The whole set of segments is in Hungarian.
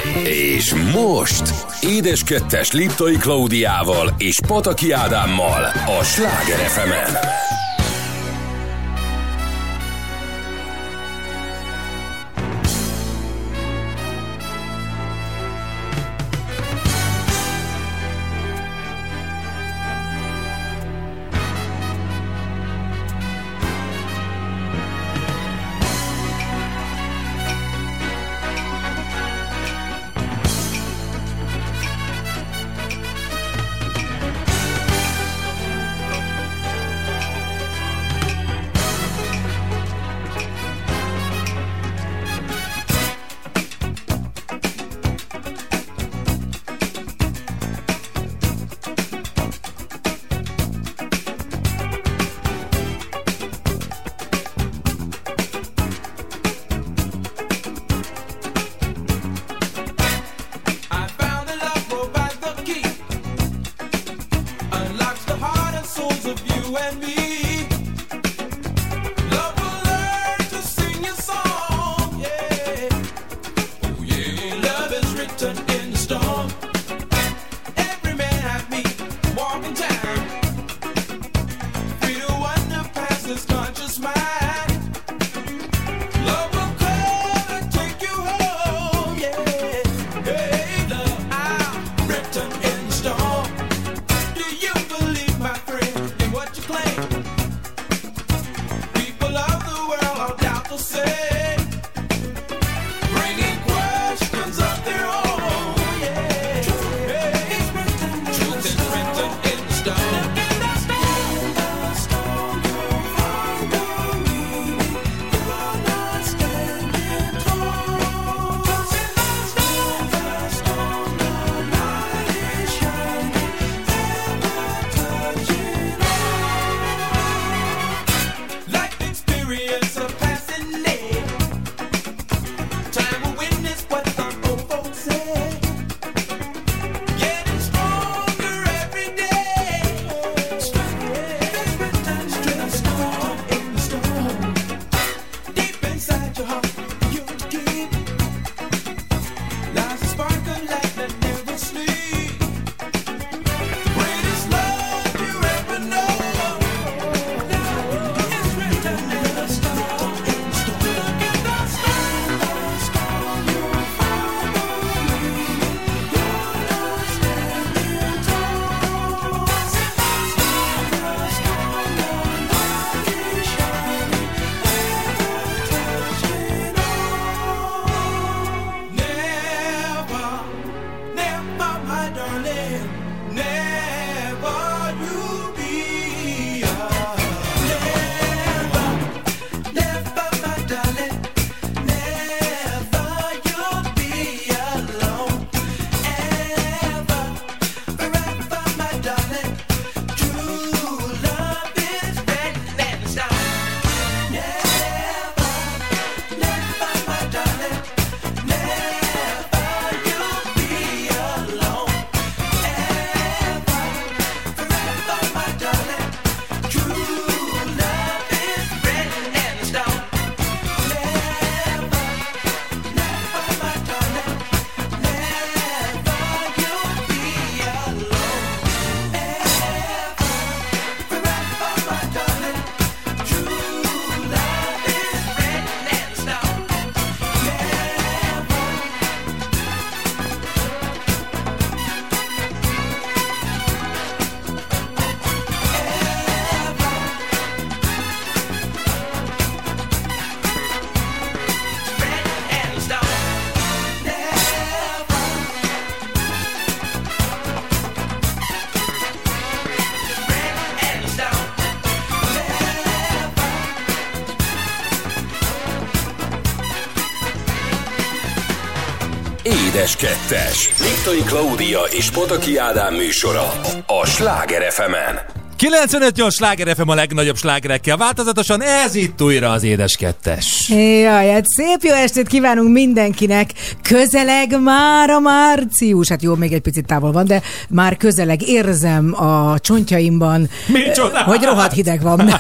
És most Édes Kettes Liptai Klaudiával és Pataki Ádámmal a Sláger FM-en. Édes Kettes. Liptai Klaudia és Pataki Ádám műsora a Sláger FM-en. 95-8 Sláger FM a legnagyobb slágerekkel változatosan, ez itt újra az Édes Kettes. Jaj, hát szép jó estét kívánunk mindenkinek. Közeleg már a március. Hát jó, még egy picit távol van, de már közeleg érzem a csontjaimban, hogy rohadt hideg van.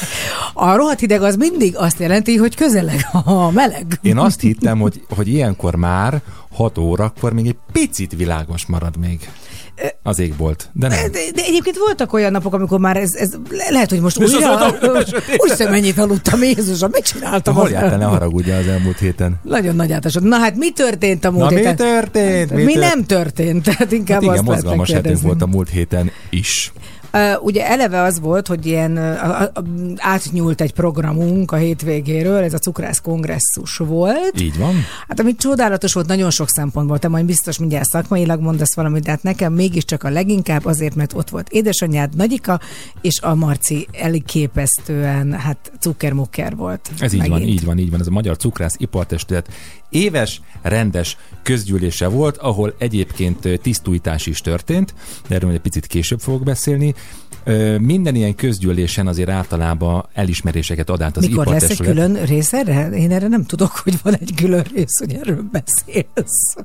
A rohadt hideg az mindig azt jelenti, hogy közeleg a meleg. Én azt hittem, hogy ilyenkor már 6 órakor még egy picit világos marad még az égbolt, de nem. De egyébként voltak olyan napok, amikor már ez lehet, hogy most újra... Úgyse mennyit aludtam, Jézusom, mit csináltam? Hol jártál, ne haragudja az elmúlt héten? Nagyon nagy átásod. Na hát mi történt a múlt héten? Mi történt? Mi nem történt? Tehát inkább hát azt igen, mozgalmas hetünk volt a kérdezni. múlt héten is. Ugye eleve az volt, hogy ilyen átnyúlt egy programunk a hétvégéről, ez a cukrász kongresszus volt. Így van. Hát ami csodálatos volt nagyon sok szempontból, te majd biztos mindjárt szakmailag mondasz valamit, de hát nekem mégiscsak a leginkább azért, mert ott volt édesanyád, Nagyika, és a Marci elképesztően, hát cukermukker volt. Ez így van, így van, így van. Ez a Magyar Cukrász Ipartestület éves, rendes közgyűlése volt, ahol egyébként tisztújítás is történt, de erről egy picit később fogok beszélni. Minden ilyen közgyűlésen azért általában elismeréseket ad át az Mikor lesz egy Ipartestület. külön rész erre? Én erre nem tudok, hogy van egy külön rész, hogy erről beszélsz.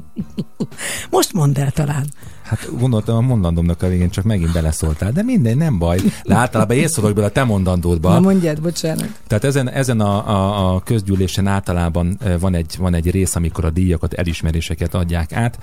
Most mondd el talán. Hát gondoltam a mondandómnak a végén, csak megint beleszóltál, de mindegy, nem baj. De általában én szólok bele a te mondandódba. Na mondjad, bocsánat. Tehát ezen a közgyűlésen általában van egy rész, amikor a díjakat, elismeréseket adják át.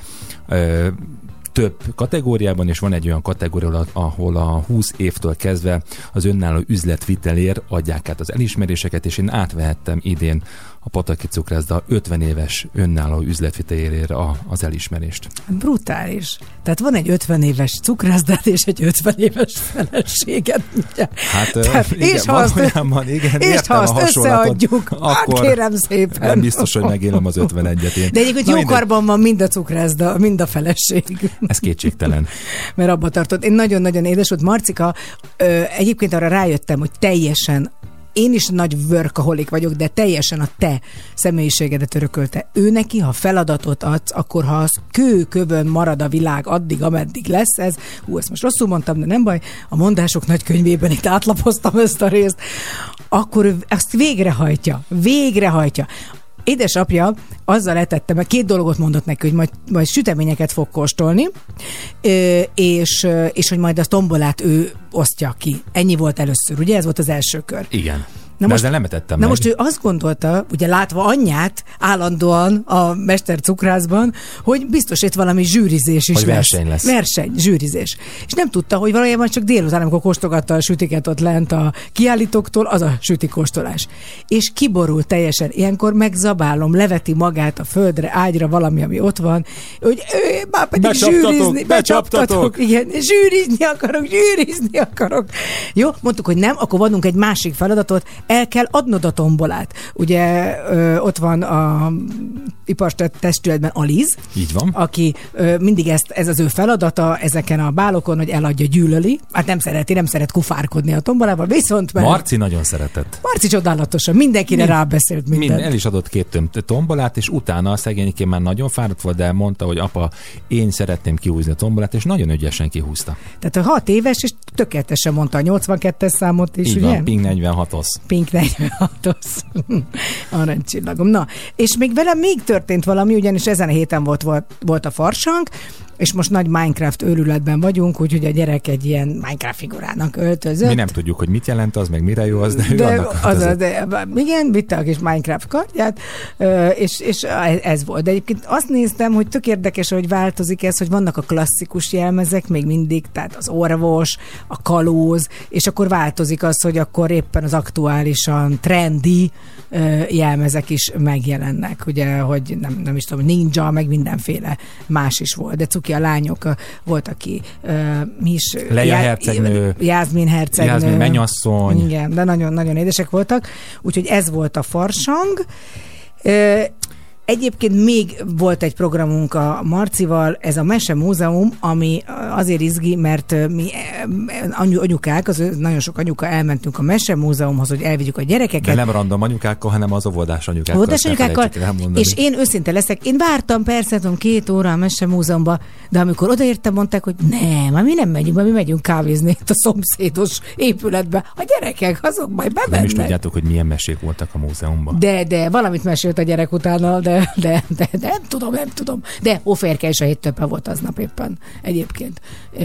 Több kategóriában, és van egy olyan kategória, ahol a 20 évtől kezdve az önálló üzletvitelért adják át az elismeréseket, és én átvehettem idén a Pataki Cukrászda 50 éves önálló üzletvitelért az elismerést. Brutális. Tehát van egy 50 éves cukrászdád és egy 50 éves feleséged. Hát igen, valójában igen, értem a hasonlatot. Összeadjuk. Akkor kérem szépen. Nem biztos, hogy megélem az 51-et én. De egyébként jó karban van mind a cukrászda, mind a feleség. Ez kétségtelen. Mert abba tartott. Én nagyon-nagyon édes volt. Marcika, egyébként arra rájöttem, hogy teljesen én is nagy workaholic vagyok, de teljesen a te személyiségedet örökölte. Ő neki, ha feladatot adsz, akkor ha az kőkövön marad a világ addig, ameddig lesz ez, ezt most rosszul mondtam, de nem baj, a mondások nagy könyvében itt átlapoztam ezt a részt, akkor ő azt végrehajtja. Édesapja azzal etette, mert 2 dolgot mondott neki, hogy majd süteményeket fog kóstolni, és hogy majd a tombolát ő osztja ki. Ennyi volt először, ugye? Ez volt az első kör. Igen. Na most, ezzel nem etettem meg. Most ő azt gondolta, ugye látva anyját állandóan a Mester Cukrászban, hogy biztos itt valami zsűrizés is hogy verseny lesz. Verseny, zsűrizés. És nem tudta, hogy valójában csak délután, amikor kóstogatta a sütiket ott lent a kiállítóktól, az a sütikóstolás. És kiborul teljesen. Ilyenkor megzabálom, leveti magát a földre, ágyra valami, ami ott van, hogy már pedig becsaptatok. Igen, zsűrizni akarok. Jó, mondtuk, hogy nem, akkor adunk egy másik feladatot, el kell adnod a tombolát. Ugye ott van a Ipartestületben a Liz, így van, aki mindig ez az ő feladata ezeken a bálokon, hogy eladja, gyűlöli. Hát nem szeret kufárkodni a tombolával, viszont Marci nagyon szeretett. Marci csodálatosan, mindenkire rábeszélt mindent. El is adott 2 tombolát, és utána a szegényként már nagyon fáradt volt, de mondta, hogy apa, én szeretném kihúzni a tombolát, és nagyon ügyesen kihúzta. Tehát a 6 éves, és tökéletesen mondta a 82-es számot is, így ugye? Van, Pink 46-os. Pink 46-os. Aranycsillagom. Na, és még velem még történt valami, ugyanis ezen a héten volt a farsang, és most nagy Minecraft őrületben vagyunk, úgyhogy a gyerek egy ilyen Minecraft figurának öltözött. Mi nem tudjuk, hogy mit jelent az, meg mire jó az, de igen, vitte a kis Minecraft kardját, és ez volt. De egyébként azt néztem, hogy tök érdekes, hogy változik ez, hogy vannak a klasszikus jelmezek még mindig, tehát az orvos, a kalóz, és akkor változik az, hogy akkor éppen az aktuálisan trendi jelmezek is megjelennek, ugye, hogy nem is tudom, ninja, meg mindenféle más is volt, de cuki a lányok volt, aki mi is... Leia hercegnő, Jászmin hercegnő. Jászmin mennyasszony. Igen, de nagyon-nagyon édesek voltak, úgyhogy ez volt a farsang. Egyébként még volt egy programunk a Marcival, ez a Mese Múzeum, ami azért izgi, mert mi anyukák, nagyon sok anyuka elmentünk a Mese Múzeumhoz, hogy elvigyük a gyerekeket. De nem random anyukákkal, hanem az óvodás anyukákkal. Óvodás anyukákkal, és én őszinte leszek, én vártam persze, 2 óra a Mese Múzeumba, de amikor odaértem, mondták, hogy nem, mi nem megyünk, mi megyünk kávézni itt a szomszédos épületbe. A gyerekek, azok majd bemennek. Nem is tudjátok, hogy milyen mesék voltak a múzeumban. De valamit mesélt a gyerek utána, de nem tudom. De Hófehérke és a Héttöppe volt aznap éppen egyébként. volt.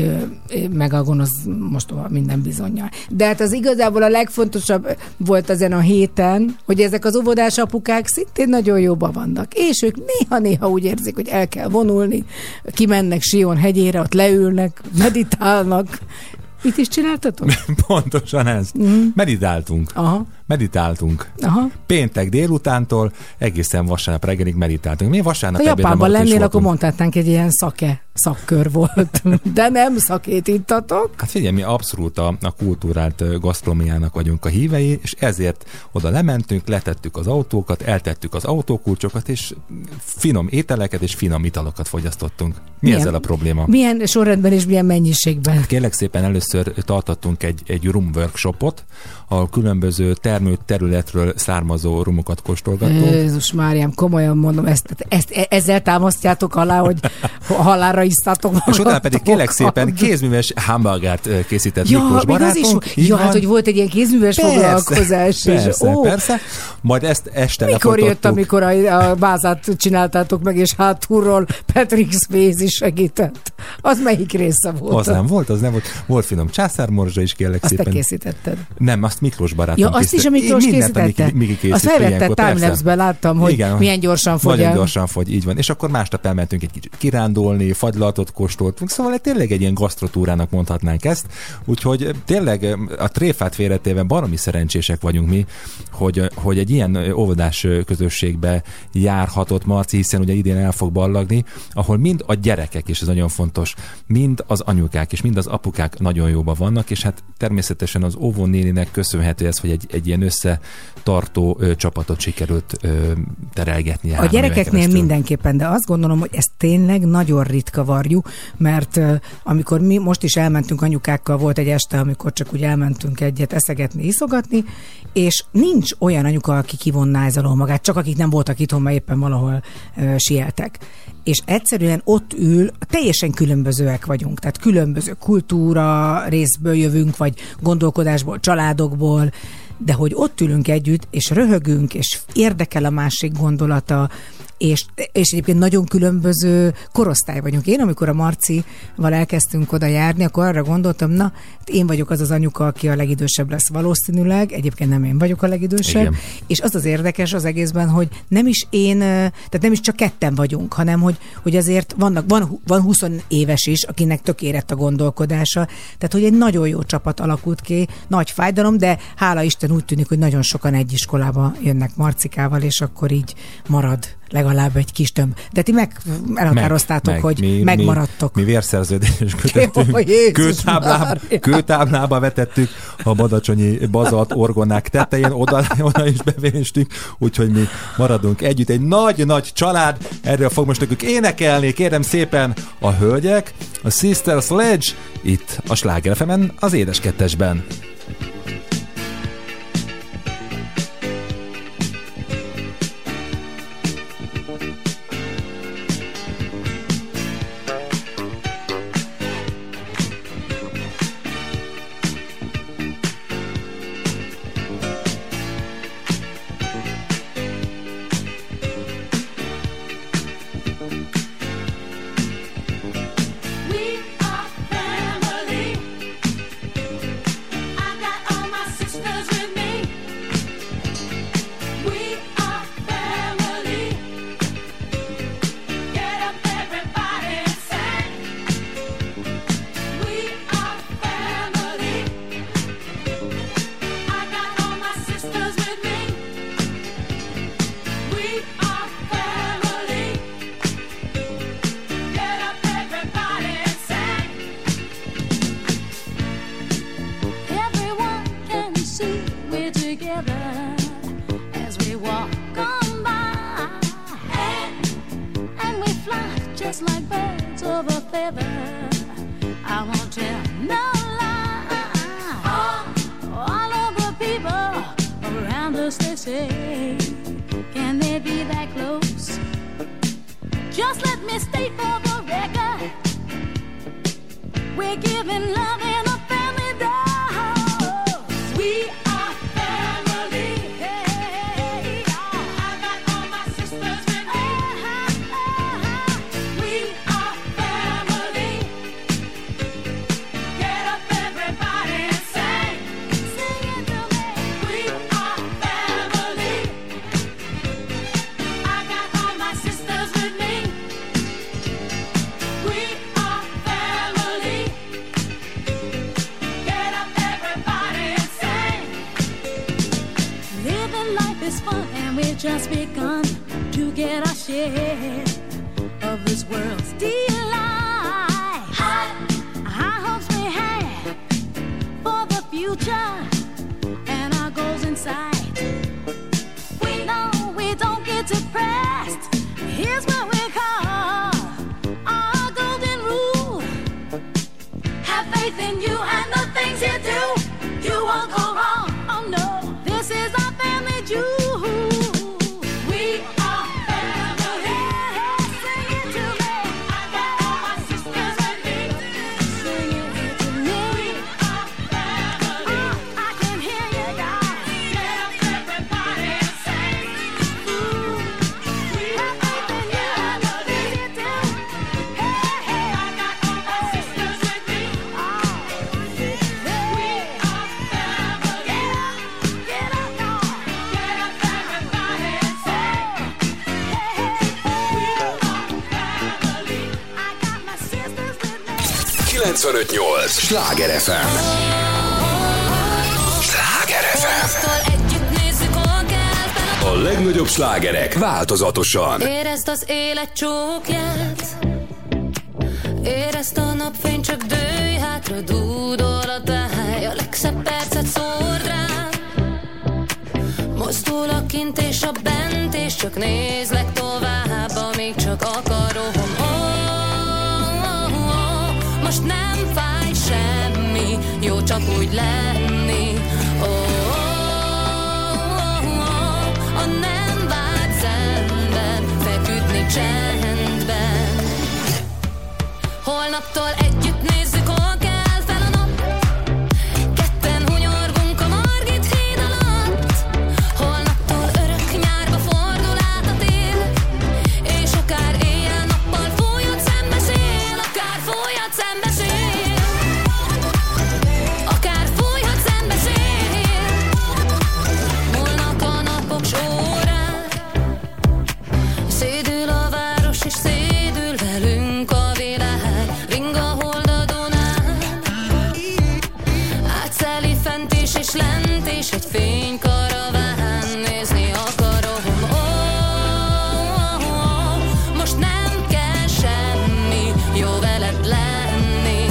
Meg a gonosz mostoha minden bizonnyal. De hát az igazából a legfontosabb volt ezen a héten, hogy ezek az óvodás apukák szintén nagyon jobban vannak. És ők néha-néha úgy érzik, hogy el kell vonulni, kimennek Sion hegyére, ott leülnek, meditálnak. Mit is csináltatok? Pontosan ez. Meditáltunk. Meditáltunk. Péntek délutántól egészen vasárnap reggelig meditáltunk. Mi vasárnap ebédben Japánban lennél, akkor mondhatnánk, egy ilyen szakkör volt. De nem szakét ittatok. Hát figyelj, mi abszolút a kultúrált gasztronómiának vagyunk a hívei, és ezért oda lementünk, letettük az autókat, eltettük az autókulcsokat, és finom ételeket és finom italokat fogyasztottunk. Milyen ezzel a probléma? Milyen sorrendben és milyen mennyiségben? Hát kérlek szépen, először tartottunk egy rum workshopot, ahol különböző területről származó rumokat kóstolgattunk. Jézus Máriám, komolyan mondom, ezzel támasztjátok alá, hogy halálra isztátok magatokat. És utána pedig kérlek szépen kézműves hamburgert készített Miklós barátunk. Hát, hogy volt egy ilyen kézműves foglalkozás. Persze. Majd ezt este mikor jött, amikor a bázát csináltátok meg, és hátulról Patrick Swayze is segített? Az melyik része volt? Az nem volt. Volt finom császármorzsa is, kérlek szépen. Azt te készítetted? Nem, azt Miklós barátom készített. Azt is a Miklós készítette? Azt felvetted timelapse-ben, láttam, hogy igen, milyen gyorsan fogy. Nagyon gyorsan fogy, így van. És akkor másnap elmentünk egy kicsit kirándulni, fagylaltot kóstoltunk, szóval tényleg egy ilyen gasztrotúrának mondhatnánk ezt. Úgyhogy tényleg a tréfát félretéve baromi szerencsések vagyunk mi, hogy egy ilyen óvodás közösségbe járhatott Marci, hiszen ugye idén el fog ballagni, ahol mind a gyerekek, és ez nagyon fontos, mind az anyukák és mind az apukák nagyon jóban vannak, és hát természetesen az óvónéninek köszönhető ez, hogy egy ilyen összetartó csapatot sikerült terelgetni. A gyerekeknél mindenképpen, de azt gondolom, hogy ez tényleg nagyon ritka varjú, mert amikor mi most is elmentünk anyukákkal, volt egy este, amikor csak úgy elmentünk egyet eszegetni, iszogatni, és nincs olyan anyuka, aki kivonná ez alól magát, csak akik nem voltak itthon, mert éppen valahol sieltek. És egyszerűen ott ül, teljesen különbözőek vagyunk, tehát különböző kultúra részből jövünk, vagy gondolkodásból, családokból, de hogy ott ülünk együtt, és röhögünk, és érdekel a másik gondolata, és egyébként nagyon különböző korosztály vagyunk. Én, amikor a Marcival elkezdtünk oda járni, akkor arra gondoltam, na, én vagyok az anyuka, aki a legidősebb lesz valószínűleg, egyébként nem én vagyok a legidősebb, igen. És az egészben, hogy nem is tehát nem is csak ketten vagyunk, hanem hogy azért van 20 éves is, akinek tök érett a gondolkodása, tehát hogy egy nagyon jó csapat alakult ki, nagy fájdalom, de hála Isten úgy tűnik, hogy nagyon sokan egy iskolába jönnek Marcikával, és akkor így marad legalább egy kis tömb. De ti elhatároztátok, hogy megmaradtok. Mi vérszerződést kötöttünk. Kőtáblába vetettük a badacsonyi bazalt orgonák tetején, oda is bevénstünk, úgyhogy mi maradunk együtt. Egy nagy-nagy család, erről fog most nekünk énekelni, kérem szépen a hölgyek, a Sister Sledge, itt a Sláger FM-en, az Édes Kettesben. just begun to get our share of this world's delight. High hopes we have for the future and our goals in sight. We know we don't get depressed. Here's what we call our golden rule. Have faith in you and the things you do. You won't go wrong. Oh no, this is our family jewel. We are family. Sing it to me. I got all my sisters with me. Sing it to me. We are family. I can hear you guys. Get up everybody and sing. We have faith in you and the things you do. Hey, hey. I got all my sisters with me. We are family. Get up, y'all. Get up everybody and sing. Hey, hey. We are family. I got my sisters with me. 95.8 Sláger FM. Sláger FM. A legnagyobb slágerek változatosan. Érezd az élet csókját, érezd a napfény, csak dőj hátra, dúdol a táj, a legszebb percet szórd rám. Mozdul a kint és a bent, és csak nézlek tovább, amíg csak akarom. Most nem fáj semmi, jó csak úgy lenni. A nem vált szemben, feküdni csendben. Holnaptól együtt nézzük, hol kell fel a nap. Ketten hunyorgunk a Margit híd alatt. Holnaptól örök nyárba fordul át a tél. És akár éjjel-nappal fújhat szembeszél. Akár fújhat szembeszél. Akár fújhat szembeszél. Múlnak a napok során. Szédül a város és szédül velünk a világ. Ring a hold a Dunán. Átszeli fent is és lent és egy fénykaraván. Nézni akarom. Most nem kell semmi, jó veled lenni.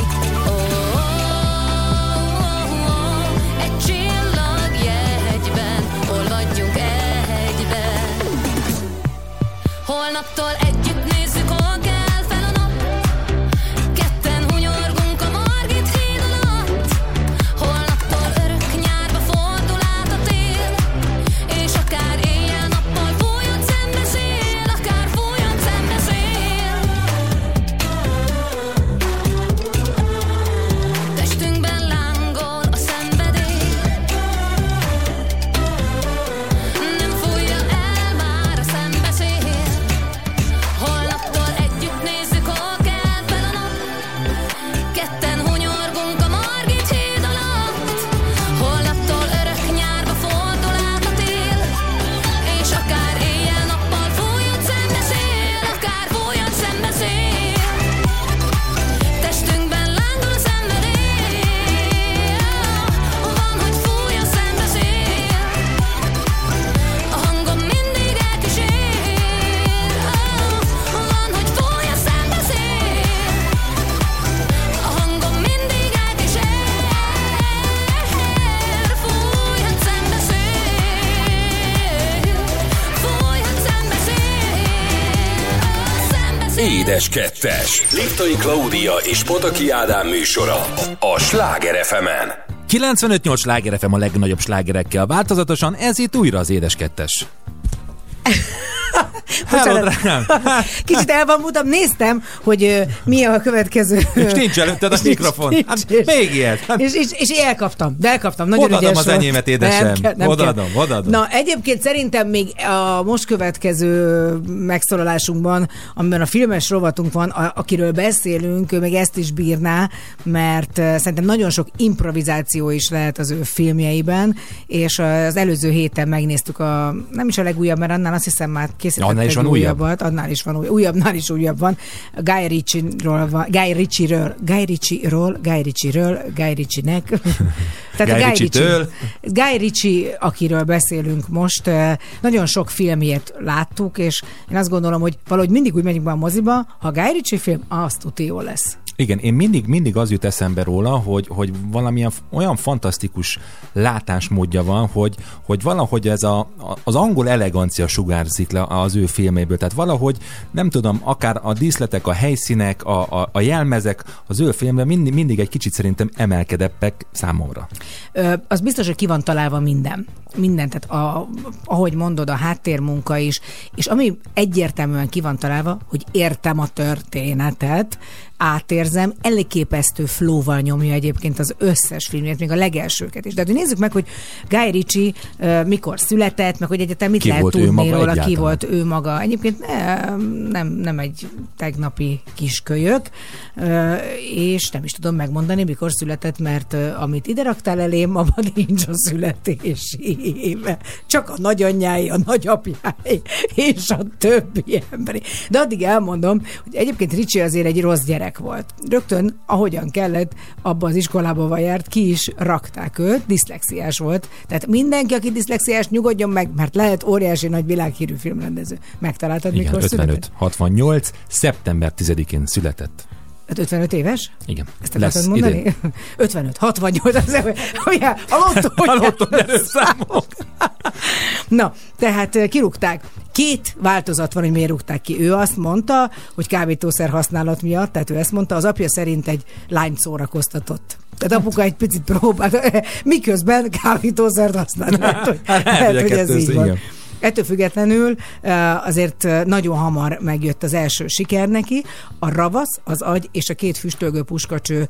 Egy csillagjegyben olvadjunk egyben. Holnaptól együtt nézzük, hol kell fel a nap. Ketten hunyorgunk a Margit híd alatt. Holnaptól örök nyárba fordul át a tél. És akár éjjel-nappal fújhat szembeszél. Akár fújhat szembeszél. Testünkben lángol a szenvedély. Nem fújja el már a szembeszél. Holnaptól együtt nézzük, hol kell fel a nap. Ketten hunyorgunk a Margit híd alatt. Holnaptól örök nyárba fordul át a tél. És akár éjjel-nappal fújhat szembeszél. Akár fújhat szembeszél. Testünkben lángol a szenvedély. Van, hogy fúj a szembeszél. A hangom mindig elkísér. Van, hogy fúj a szembeszél. A hangom mindig elkísér. Fújhat szembeszél. Fújhat szembeszél. Édes kettes. Liptai Klaudia és Pataki Ádám műsora a Sláger FM-en. 95.8 Sláger FM a legnagyobb slágerekkel változatosan, ez itt újra az Édes kettes. Hello, drágám! Kicsit el van mutam, néztem, hogy mi a következő. És nincs előtted a mikrofon. Hát, még ilyet. Hát. És elkaptam, de elkaptam. Nagyon Odaadom ügyes az volt. enyémet, édesem. Odaadom. Na, egyébként szerintem még a most következő megszólalásunkban, amiben a filmes rovatunk van, akiről beszélünk, ő még ezt is bírná, mert szerintem nagyon sok improvizáció is lehet az ő filmjeiben, és az előző héten megnéztük nem is a legújabb, mert annál azt hiszem már készítettek Annál is van újabb. Annál is van újabbnál is újabb van. Guy Ritchie-nek. Tehát Guy Ritchie, akiről beszélünk most, nagyon sok filmjét láttuk, és én azt gondolom, hogy valahogy mindig úgy megyünk be a moziba, ha Guy Ritchie film, az tuti jó lesz. Igen, én mindig az jut eszembe róla, hogy valamilyen olyan fantasztikus látásmódja van, hogy valahogy ez az angol elegancia sugárzik le az ő filméből. Tehát valahogy, nem tudom, akár a díszletek, a helyszínek, a jelmezek az ő filmben mindig egy kicsit szerintem emelkedebbek számomra. Az biztos, hogy ki van találva minden. Tehát ahogy mondod, a háttérmunka is, és ami egyértelműen ki van találva, hogy értem a történetet, átérzem, elképesztő flow-val nyomja egyébként az összes filmjét, még a legelsőket is. De hát nézzük meg, hogy Guy Ritchie mikor született, meg hogy egyetem mit lehet tudni róla, ki volt ő maga. Egyébként nem egy tegnapi kiskölyök, és nem is tudom megmondani, mikor született, mert amit ide raktál elém, abban nincs a születési éve. Csak a nagyanyjái, a nagyapjái, és a többi emberi. De addig elmondom, hogy egyébként Ritchie azért egy rossz gyerek volt. Rögtön, ahogyan kellett, abba az iskolába járt, ki is rakták őt, diszlexiás volt. Tehát mindenki, aki diszlexiás, nyugodjon meg, mert lehet óriási nagy világhírű filmrendező. Megtaláltad, igen, mikor 55, 68, szeptember 10-én született. 55 éves? Igen. Ezt akartad mondani? Idén. 55, 68, a lottó számok. Na, tehát kirúgták. Két változat van, hogy miért rúgták ki. Ő azt mondta, hogy kábítószer használat miatt, tehát ő ezt mondta, az apja szerint egy lányt szórakoztatott. Tehát apuka egy picit próbált, miközben kábítószert használt. Lehet, hogy ez így van. Ettől függetlenül azért nagyon hamar megjött az első siker neki. A Ravasz, az Agy és a két füstölgő puskacső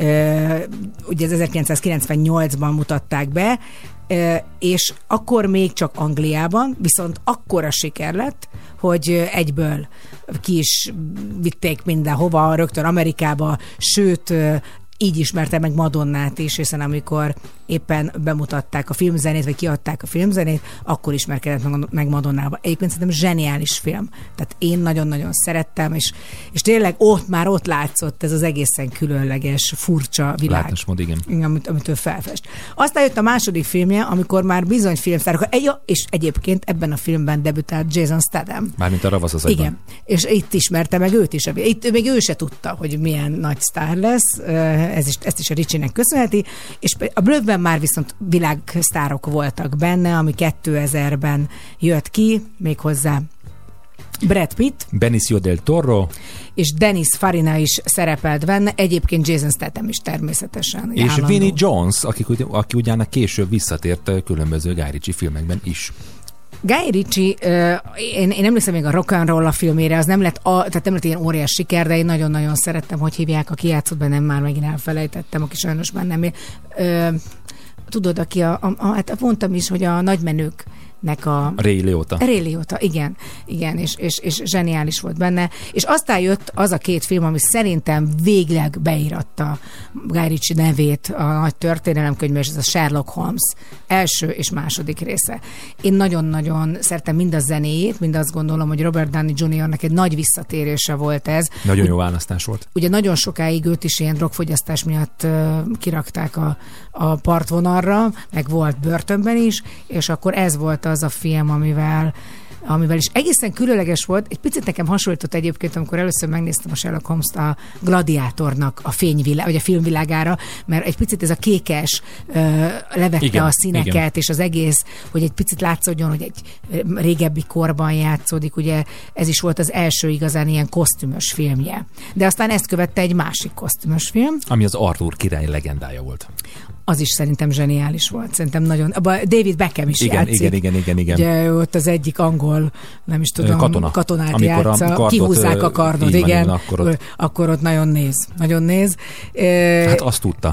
ugye az 1998-ban mutatták be, és akkor még csak Angliában, viszont akkora siker lett, hogy egyből ki is vitték mindenhova, rögtön Amerikába, sőt, így ismerte meg Madonnát is, hiszen amikor éppen bemutatták a filmzenét, vagy kiadták a filmzenét, akkor ismerkedett meg Madonnába. Egyébként szerintem zseniális film. Tehát én nagyon-nagyon szerettem, és tényleg ott látszott ez az egészen különleges, furcsa világ. Látásmód, igen. Amit ő felfest. Aztán jött a második filmje, amikor már bizony filmsztárok, és egyébként ebben a filmben debütált Jason Statham. Mármint a Ravasz az Agyban. Igen. És itt ismerte meg őt is. Itt még ő se tudta, hogy milyen nagy sztár lesz. Ezt is a Ritchie-nek köszönheti. És a Blöffben már viszont világsztárok voltak benne, ami 2000-ben jött ki, méghozzá Brad Pitt, Benicio del Toro, és Dennis Farina is szerepelt benne, egyébként Jason Statham is természetesen. És állandó. Vinnie Jones, aki ugyan később visszatért különböző Guy Ritchie filmekben is. Guy Ritchie, én emlékszem még a Rock'n'Roll a filmére, az nem lett, tehát nem lett ilyen óriás siker, de én nagyon-nagyon szerettem, hogy hívják, aki játszott bennem, már megint elfelejtettem, aki sajnos már nem él. Tudod, aki hát mondtam is, hogy a nagymenőknek a Ray Liotta, igen, és zseniális volt benne. És aztán jött az a két film, ami szerintem végleg beíratta Guy Ritchie nevét a nagy történelemkönyvben, és ez a Sherlock Holmes első és második része. Én nagyon-nagyon szeretem mind a zenéjét, mind azt gondolom, hogy Robert Downey Jr.-nek egy nagy visszatérése volt ez. Nagyon jó választás volt. Ugye nagyon sokáig őt is ilyen drogfogyasztás miatt kirakták a partvonalra, meg volt börtönben is, és akkor ez volt az a film, amivel is egészen különleges volt. Egy picit nekem hasonlított egyébként, amikor először megnéztem a Sherlock Holmes-t a Gladiátornak a vagy a filmvilágára, mert egy picit ez a kékes levette igen, a színeket, igen. És az egész, hogy egy picit látszódjon, hogy egy régebbi korban játszódik, ugye ez is volt az első igazán ilyen kosztümös filmje. De aztán ezt követte egy másik kosztümös film. Ami az Arthur király legendája volt. Az is szerintem zseniális volt. Szerintem nagyon... Abba David Beckham is játszik. Igen. Ugye ott az egyik angol, nem is tudom, katonát amikor játsza. Kihúzzák a kardot, igen. Akkor ott nagyon néz. Hát azt tudta.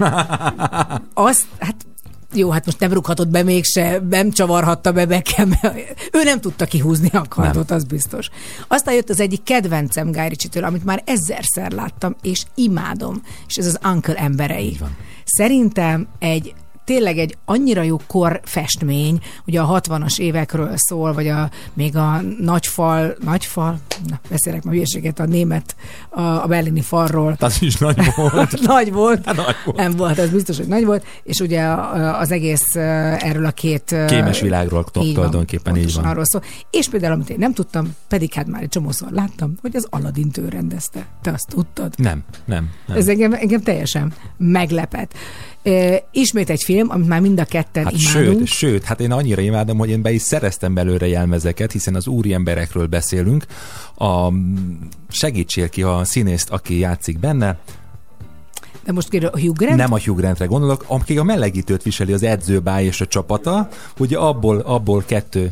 Jó, hát most nem rúghatott be mégse, nem csavarhatta be Beckham. Ő nem tudta kihúzni a kardot, az biztos. Aztán jött az egyik kedvencem Guy Ritchie-től, amit már 1000-szer láttam, és imádom, és ez az Uncle emberei. Szerintem egy tényleg egy annyira jó korfestmény, ugye a 60-as évekről szól, vagy még a nagyfal, na, beszélek ma hülyeséget, a német, a berlini falról. Az is nagy volt. Nagy volt. Hát nagy volt. Nem volt, az biztos, hogy nagy volt, és ugye az egész erről a két... Kémes világról tulajdonképpen így van. Arról szól. És például, amit én nem tudtam, pedig hát már egy csomószor láttam, hogy az Aladdint ő rendezte. Te azt tudtad? Nem. Ez engem teljesen meglepett. Ismét egy film, amit már mind a ketten imádunk. Sőt, hát én annyira imádom, hogy én be is szereztem belőle jelmezeket, hiszen az úriemberekről beszélünk. Segítsél ki a színészt, aki játszik benne. De most kérdő, a Hugh Grant? Nem a Hugh Grantre gondolok, aki a melegítőt viseli, az edzőbáj és a csapata, ugye abból kettő.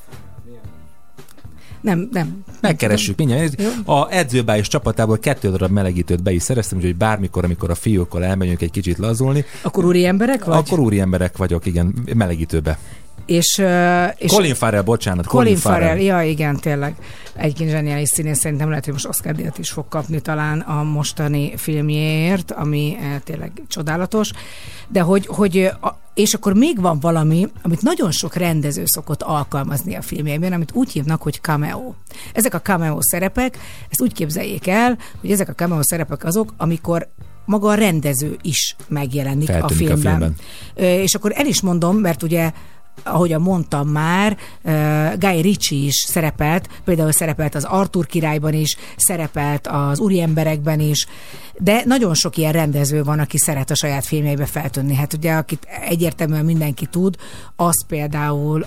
Nem. Megkeressük mindjárt. A edzőbáj és csapatából 2 darab melegítőt be is szereztem, úgyhogy bármikor, amikor a fiúkkal elmegyünk egy kicsit lazulni. Akkor úri emberek vagy? Akkor úri emberek vagyok, igen, melegítőbe. És Colin Farrell, bocsánat. Colin Farrell, ja igen, tényleg. Egyébként zseniális színész, szerintem lehet, hogy most Oscar-díjat is fog kapni talán a mostani filmjéért, ami tényleg csodálatos. De és akkor még van valami, amit nagyon sok rendező szokott alkalmazni a filmjeiben, amit úgy hívnak, hogy cameo. Ezek a cameo szerepek, ezt úgy képzeljék el, hogy ezek a cameo szerepek azok, amikor maga a rendező is megjelenik a filmben. És akkor el is mondom, mert ugye ahogyan mondtam már, Guy Ritchie is szerepelt, például szerepelt az Arthur királyban is, szerepelt az úriemberekben is, de nagyon sok ilyen rendező van, aki szeret a saját filmjeibe feltűnni. Hát ugye, akit egyértelműen mindenki tud, az például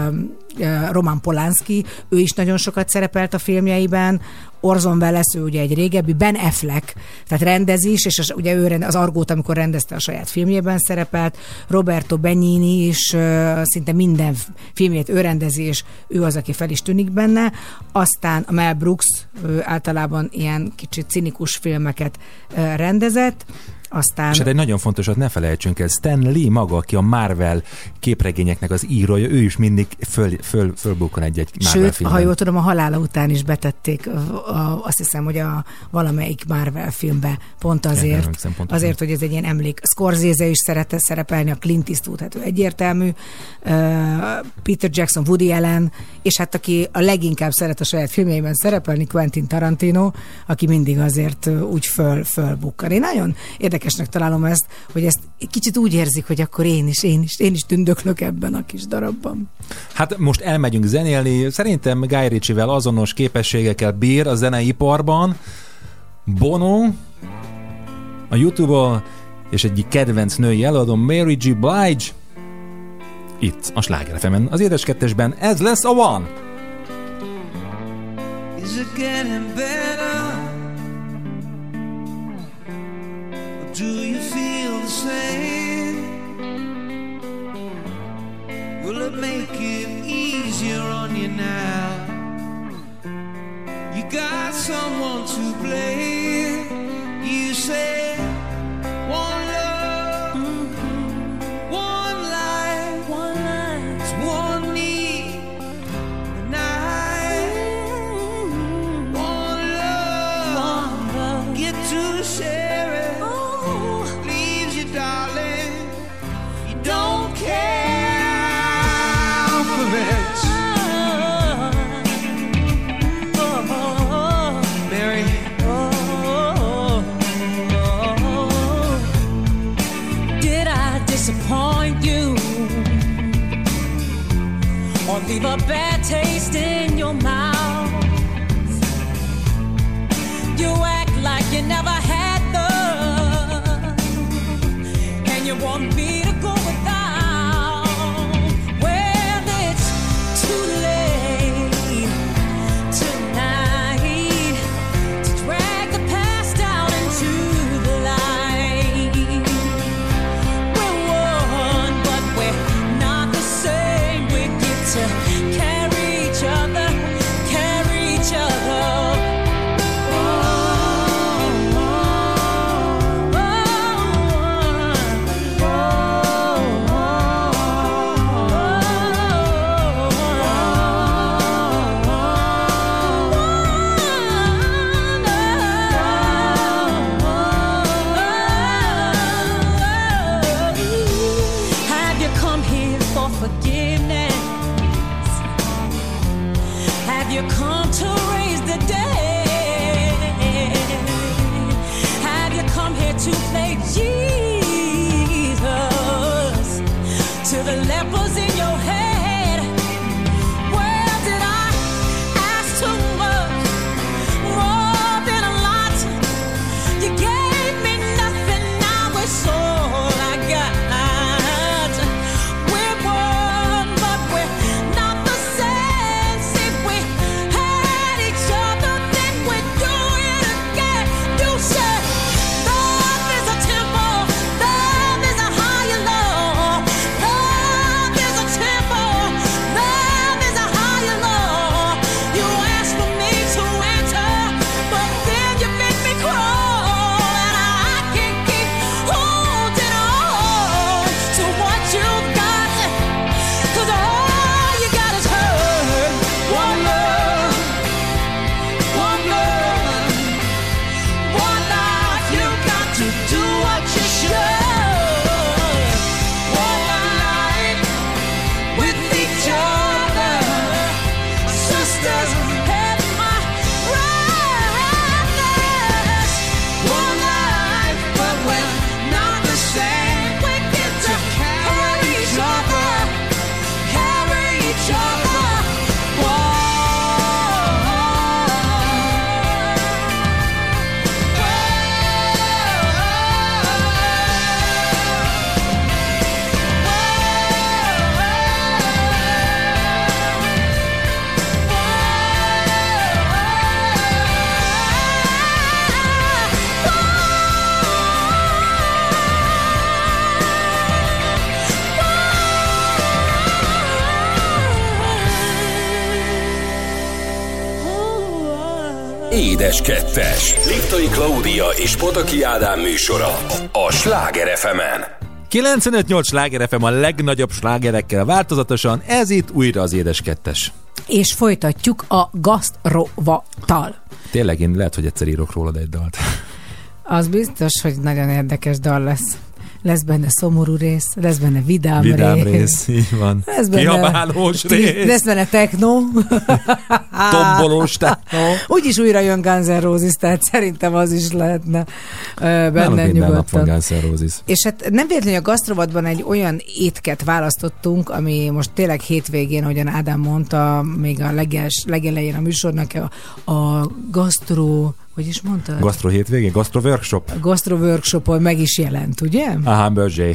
Roman Polanski, ő is nagyon sokat szerepelt a filmjeiben, Orson Welles, ő ugye egy régebbi, Ben Affleck, tehát rendezés, és ugye ő az Argót, amikor rendezte a saját filmjében szerepelt, Roberto Benigni is szinte minden filmjét ő rendezi, és ő az, aki fel is tűnik benne. Aztán a Mel Brooks, ő általában ilyen kicsit cinikus filmeket rendezett. Aztán... És egy nagyon fontosat ne felejtsünk el, Stan Lee maga, aki a Marvel képregényeknek az írója, ő is mindig fölbukkan egy Marvel filmben. Sőt, ha jól tudom, a halála után is betették, azt hiszem, hogy a valamelyik Marvel filmbe, pont azért, hogy ez egy ilyen emlék. Scorsese is szerette szerepelni, a Clint Eastwood, hát ő egyértelmű, Peter Jackson, Woody Allen, és hát aki a leginkább szeret a saját filmjeiben szerepelni, Quentin Tarantino, aki mindig azért úgy fölbukkan. Én nagyon érdekesnek találom ezt, hogy ezt kicsit úgy érzik, hogy akkor én is tündöklök ebben a kis darabban. Hát most elmegyünk zenélni. Szerintem Guy Ritchie-vel azonos képességekkel bír a zeneiparban. Bono a YouTube-on, és egyik kedvenc női előadó Mary J. Blige itt a Sláger FM-en, az Édes Kettesben. Ez lesz a One! Is it getting better? Do you feel the same? Will it make it easier on you now? You got someone to blame. You say one love, one life, it's one need, and one love, get to share it. Darling, you don't care for it. Mary, did I disappoint you or leave a bad taste in your mouth? You act like you never had love. You want me to go without? Well, it's too late tonight to drag the past out into the light. We're one, but we're not the same. We get to carry each other. Oh, Édes Kettes. Liptai Klaudia és Pataki Ádám műsora a Sláger FM-en. 95.8 Sláger FM a legnagyobb slágerekkel változatosan, ez itt újra az Édes Kettes. És folytatjuk a gasztrovattal. Tényleg én lehet, hogy egyszer írok rólad egy dalt. Az biztos, hogy nagyon érdekes dal lesz. Lesz benne szomorú rész, lesz benne vidám rész, így van. Kiabálós rész. Lesz benne techno. Tombolós techno. Úgyis újra jön Guns N' Roses, tehát szerintem az is lehetne benne nyugodtan. Guns N' Roses. És hát nem véletlenül a gasztrovatban egy olyan étket választottunk, ami most tényleg hétvégén, ahogyan Ádám mondta, még a legelején a műsornak a gasztro... Hogy is mondtad? Gasztro hétvégén? Gasztro workshop? A gasztro workshopon meg is jelent, ugye? A hamburger.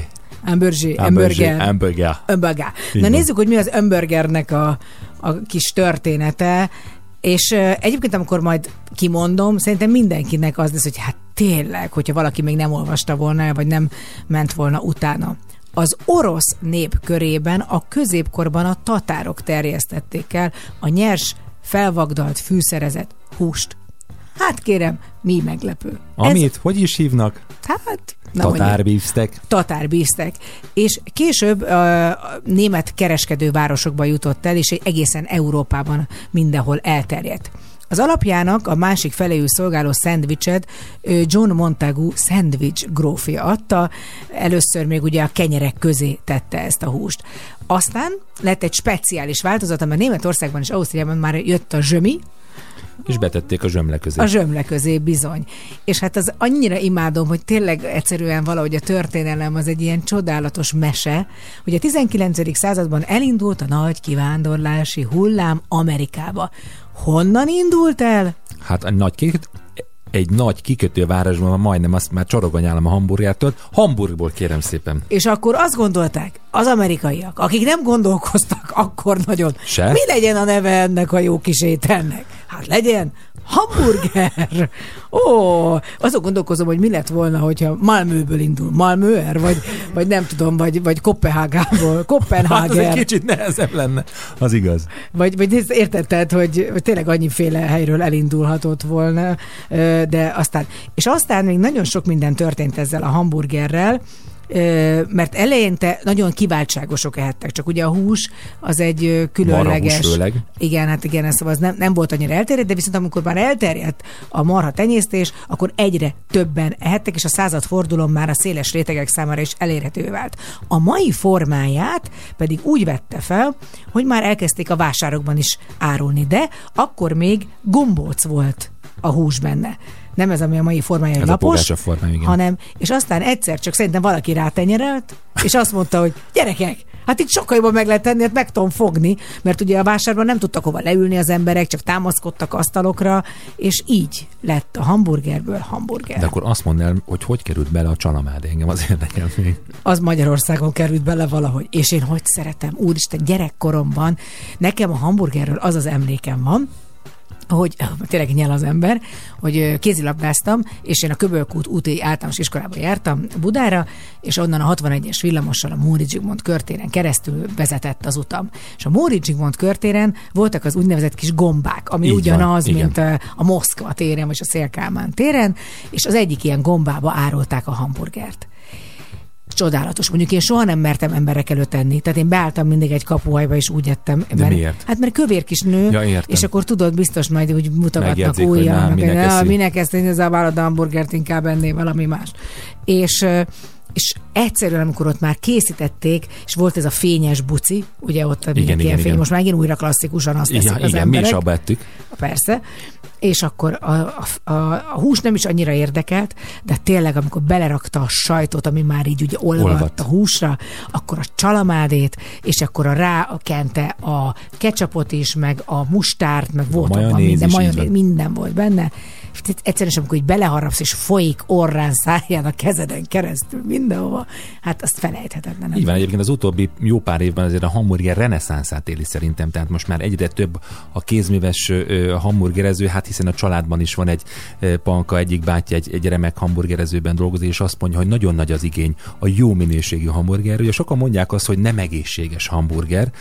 Hamburger. Na nézzük, hogy mi az hamburgernek a kis története, és egyébként amikor majd kimondom, szerintem mindenkinek az lesz, hogy hát tényleg, hogyha valaki még nem olvasta volna, vagy nem ment volna utána. Az orosz nép körében a középkorban a tatárok terjesztették el a nyers, felvagdalt, fűszerezett húst. Hát kérem, mi meglepő. Amit? Hogy is hívnak? Hát... Tatárbífsztek. Tatárbífsztek. És később német kereskedő városokba jutott el, és egészen Európában mindenhol elterjedt. Az alapjának a másik feléjű szolgáló szendvicset John Montagu szendvics grófja adta. Először még ugye a kenyerek közé tette ezt a húst. Aztán lett egy speciális változat, amely Németországban és Ausztriában már jött a zsömi, és betették a zsömle közé. A zsömle közé, bizony. És hát az annyira imádom, hogy tényleg egyszerűen valahogy a történelem az egy ilyen csodálatos mese, hogy a 19. században elindult a nagy kivándorlási hullám Amerikába. Honnan indult el? Hát egy nagy kikötővárosban majdnem azt már csorog a nyálam a hamburgertől. Hamburgból, kérem szépen. És akkor azt gondolták, az amerikaiak, akik nem gondolkoztak akkor nagyon, mi legyen a neve ennek a jó kis ételnek? Hát legyen hamburger. Azon gondolkozom, hogy mi lett volna, hogyha Malmöből indul. Malmöer, vagy nem tudom, vagy Kopenhágából. Hát ez egy kicsit nehezebb lenne, az igaz. Vagy értetted, hogy tényleg annyiféle helyről elindulhatott volna, de aztán még nagyon sok minden történt ezzel a hamburgerrel, mert eleinte nagyon kiváltságosok ehettek, csak ugye a hús az egy különleges... Marhahús főleg. Igen, hát igen, ez nem volt annyira elterjedt, de viszont amikor már elterjedt a marha tenyésztés, akkor egyre többen ehettek, és a századfordulón már a széles rétegek számára is elérhető vált. A mai formáját pedig úgy vette fel, hogy már elkezdték a vásárokban is árulni, de akkor még gombóc volt a hús benne. Nem ez, ami a mai formája, hogy lapos, hanem, és aztán egyszer csak szerintem valaki rátenyerelt, és azt mondta, hogy gyerekek, hát itt sokkal jobban meg lehet tenni, hát meg tudom fogni, mert ugye a vásárban nem tudtak hova leülni az emberek, csak támaszkodtak asztalokra, és így lett a hamburgerből hamburger. De akkor azt mondd el, hogy került bele a csalamád, engem az érdekel még. Az Magyarországon került bele valahogy, és én hogy szeretem, úristen, gyerekkoromban nekem a hamburgerről az az emlékem van, hogy tényleg nyel az ember, hogy kézilabdáztam, és én a Köbölkút úti általános iskolába jártam Budára, és onnan a 61-es villamossal a Móricz Zsigmond körtéren keresztül vezetett az utam. És a Móricz Zsigmond körtéren voltak az úgynevezett kis gombák, ami így ugyanaz, van, mint a Moszkva téren, vagy a Széll-Kálmán téren, és az egyik ilyen gombába árulták a hamburgert. Csodálatos. Mondjuk én soha nem mertem emberek előtt enni. Tehát én beálltam mindig egy kapuhajba, és úgy ettem. De miért? Hát mert kövér kis nő, és akkor tudod, biztos majd úgy mutogatnak ujjal. Minek ezt én a hamburgert, inkább ennél valami más. És egyszerűen, amikor ott már készítették, és volt ez a fényes buci, ugye ott ilyen fény, most már megint újra klasszikusan azt teszik az emberek. Mi is abba ettük. Persze. És akkor a hús nem is annyira érdekelt, de tényleg, amikor belerakta a sajtot, ami már így ugye olvadt a húsra, akkor a csalamádét, és akkor rákente a ketchupot is, meg a mustárt, meg volt abban minden volt benne. Egyszerűen sem, amikor így beleharapsz, és folyik orrán, száján, a kezeden keresztül mindenhova, hát azt felejthetetlen. Így van, egyébként az utóbbi jó pár évben azért a hamburger reneszánszát éli szerintem, tehát most már egyre több a kézműves hamburgerező, hát hiszen a családban is van egy panka, egyik bátyja egy remek hamburgerezőben dolgozik, és azt mondja, hogy nagyon nagy az igény a jó minőségű hamburgerről. Sokan mondják azt, hogy nem egészséges hamburger,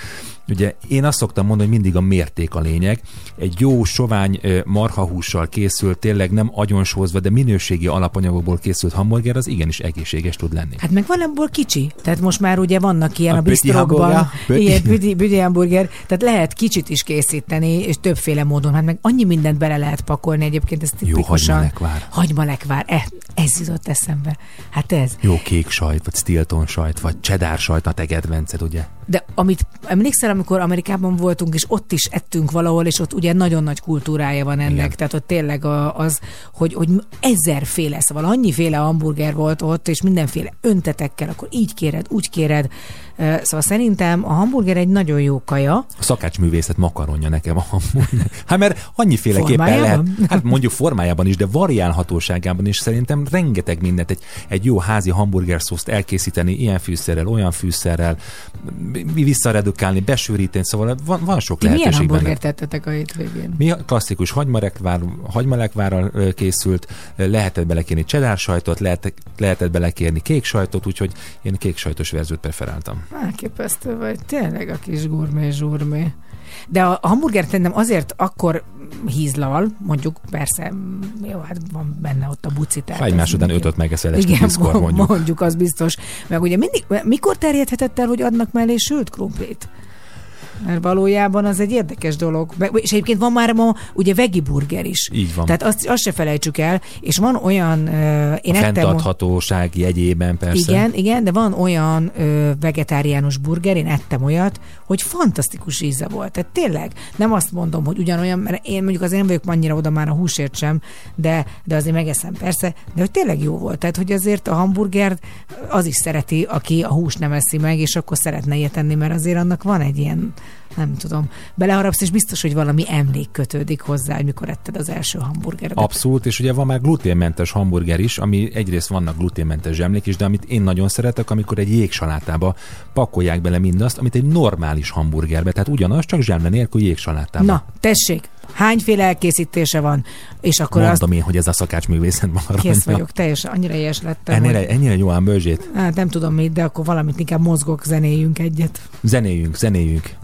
Ugye én azt szoktam mondani, hogy mindig a mérték a lényeg. Egy jó sovány marhahússal készült, tényleg nem agyonsózva, de minőségi alapanyagokból készült hamburger, az igenis egészséges tud lenni. Hát meg van ebből kicsi. Tehát most már ugye vannak ilyen A a pötti bistrokban, hamburger. ilyen büdi hamburger, tehát lehet kicsit is készíteni, és többféle módon. Hát meg annyi mindent bele lehet pakolni egyébként, ez tipikusan. hagymalekvár. Hagymalekvár. Ez jutott eszembe. Hát ez. Jó kék sajt, vagy Stilton sajt, vagy cheddar sajt, a te kedvenced, ugye? De amit emlékszel, amikor Amerikában voltunk, és ott is ettünk valahol, és ott ugye nagyon nagy kultúrája van ennek, Igen. tehát ott tényleg az, hogy ezerféle, szóval annyiféle hamburger volt ott, és mindenféle öntetekkel, akkor így kéred, úgy kéred. Szóval szerintem a hamburger egy nagyon jó kaja. A szakácsművészet makaronja nekem a hamburger. Hát mert annyiféleképpen lehet, Formájában? hát mondjuk formájában is, de variálhatóságában is szerintem rengeteg mindent egy jó házi hamburger szószt elkészíteni, ilyen fűszerrel, olyan fűszerrel, visszaredukálni, besűríteni, szóval van sok Ti milyen lehetőség benne. hamburger tettetek a hétvégén? Mi klasszikus hagymalekvárral készült, lehetett belekérni cheddar sajtot, lehetett belekérni kék sajtot, úgyhogy én kék sajtos verziót preferáltam. Elképesztő vagy, tényleg a kis gurmé. De a hamburger szerintem azért akkor hízlal, mondjuk persze, jó, hát van benne ott a buci. Ha egymás után 5-öt megeszel este igen, 10-kor mondjuk, az biztos. Meg ugye mikor terjedhetett el, hogy adnak mellé sült krumplit? Mert valójában az egy érdekes dolog. És egyébként van már ma ugye vegi burger is. Így van. Tehát azt se felejtsük el, és van olyan... A fenntarthatóság jegyében persze. Igen, de van olyan vegetáriánus burger, én ettem olyat, hogy fantasztikus íze volt. Tehát tényleg, nem azt mondom, hogy ugyanolyan, mert én mondjuk azért nem vagyok annyira oda már a húsért sem, de azért megeszem persze, de hogy tényleg jó volt. Tehát, hogy azért a hamburgert az is szereti, aki a húst nem eszi meg, és akkor szeretne ilyet enni, mert azért annak van egy ilyen, nem tudom, beleharapsz, és biztos, hogy valami emlék kötődik hozzá, hogy mikor etted az első hamburgeret. Abszolút, és ugye van már gluténmentes hamburger is, ami egyrészt vannak gluténmentes zsemlék is, de amit én nagyon szeretek, amikor egy jégsalátába pakolják bele mindazt, amit egy normális hamburgerbe, tehát ugyanaz, csak zsemle nélkül jégsalátába. Na, tessék, hányféle elkészítése van? És akkor mondom én, hogy ez a szakácsművészet makaronja. Kész vagyok, teljesen annyira ilyes lettem. Ennyire jó ám bőzsét. Hát nem tudom mit, de akkor valamit inkább mozgok, zenéljünk egyet. Zenéljünk.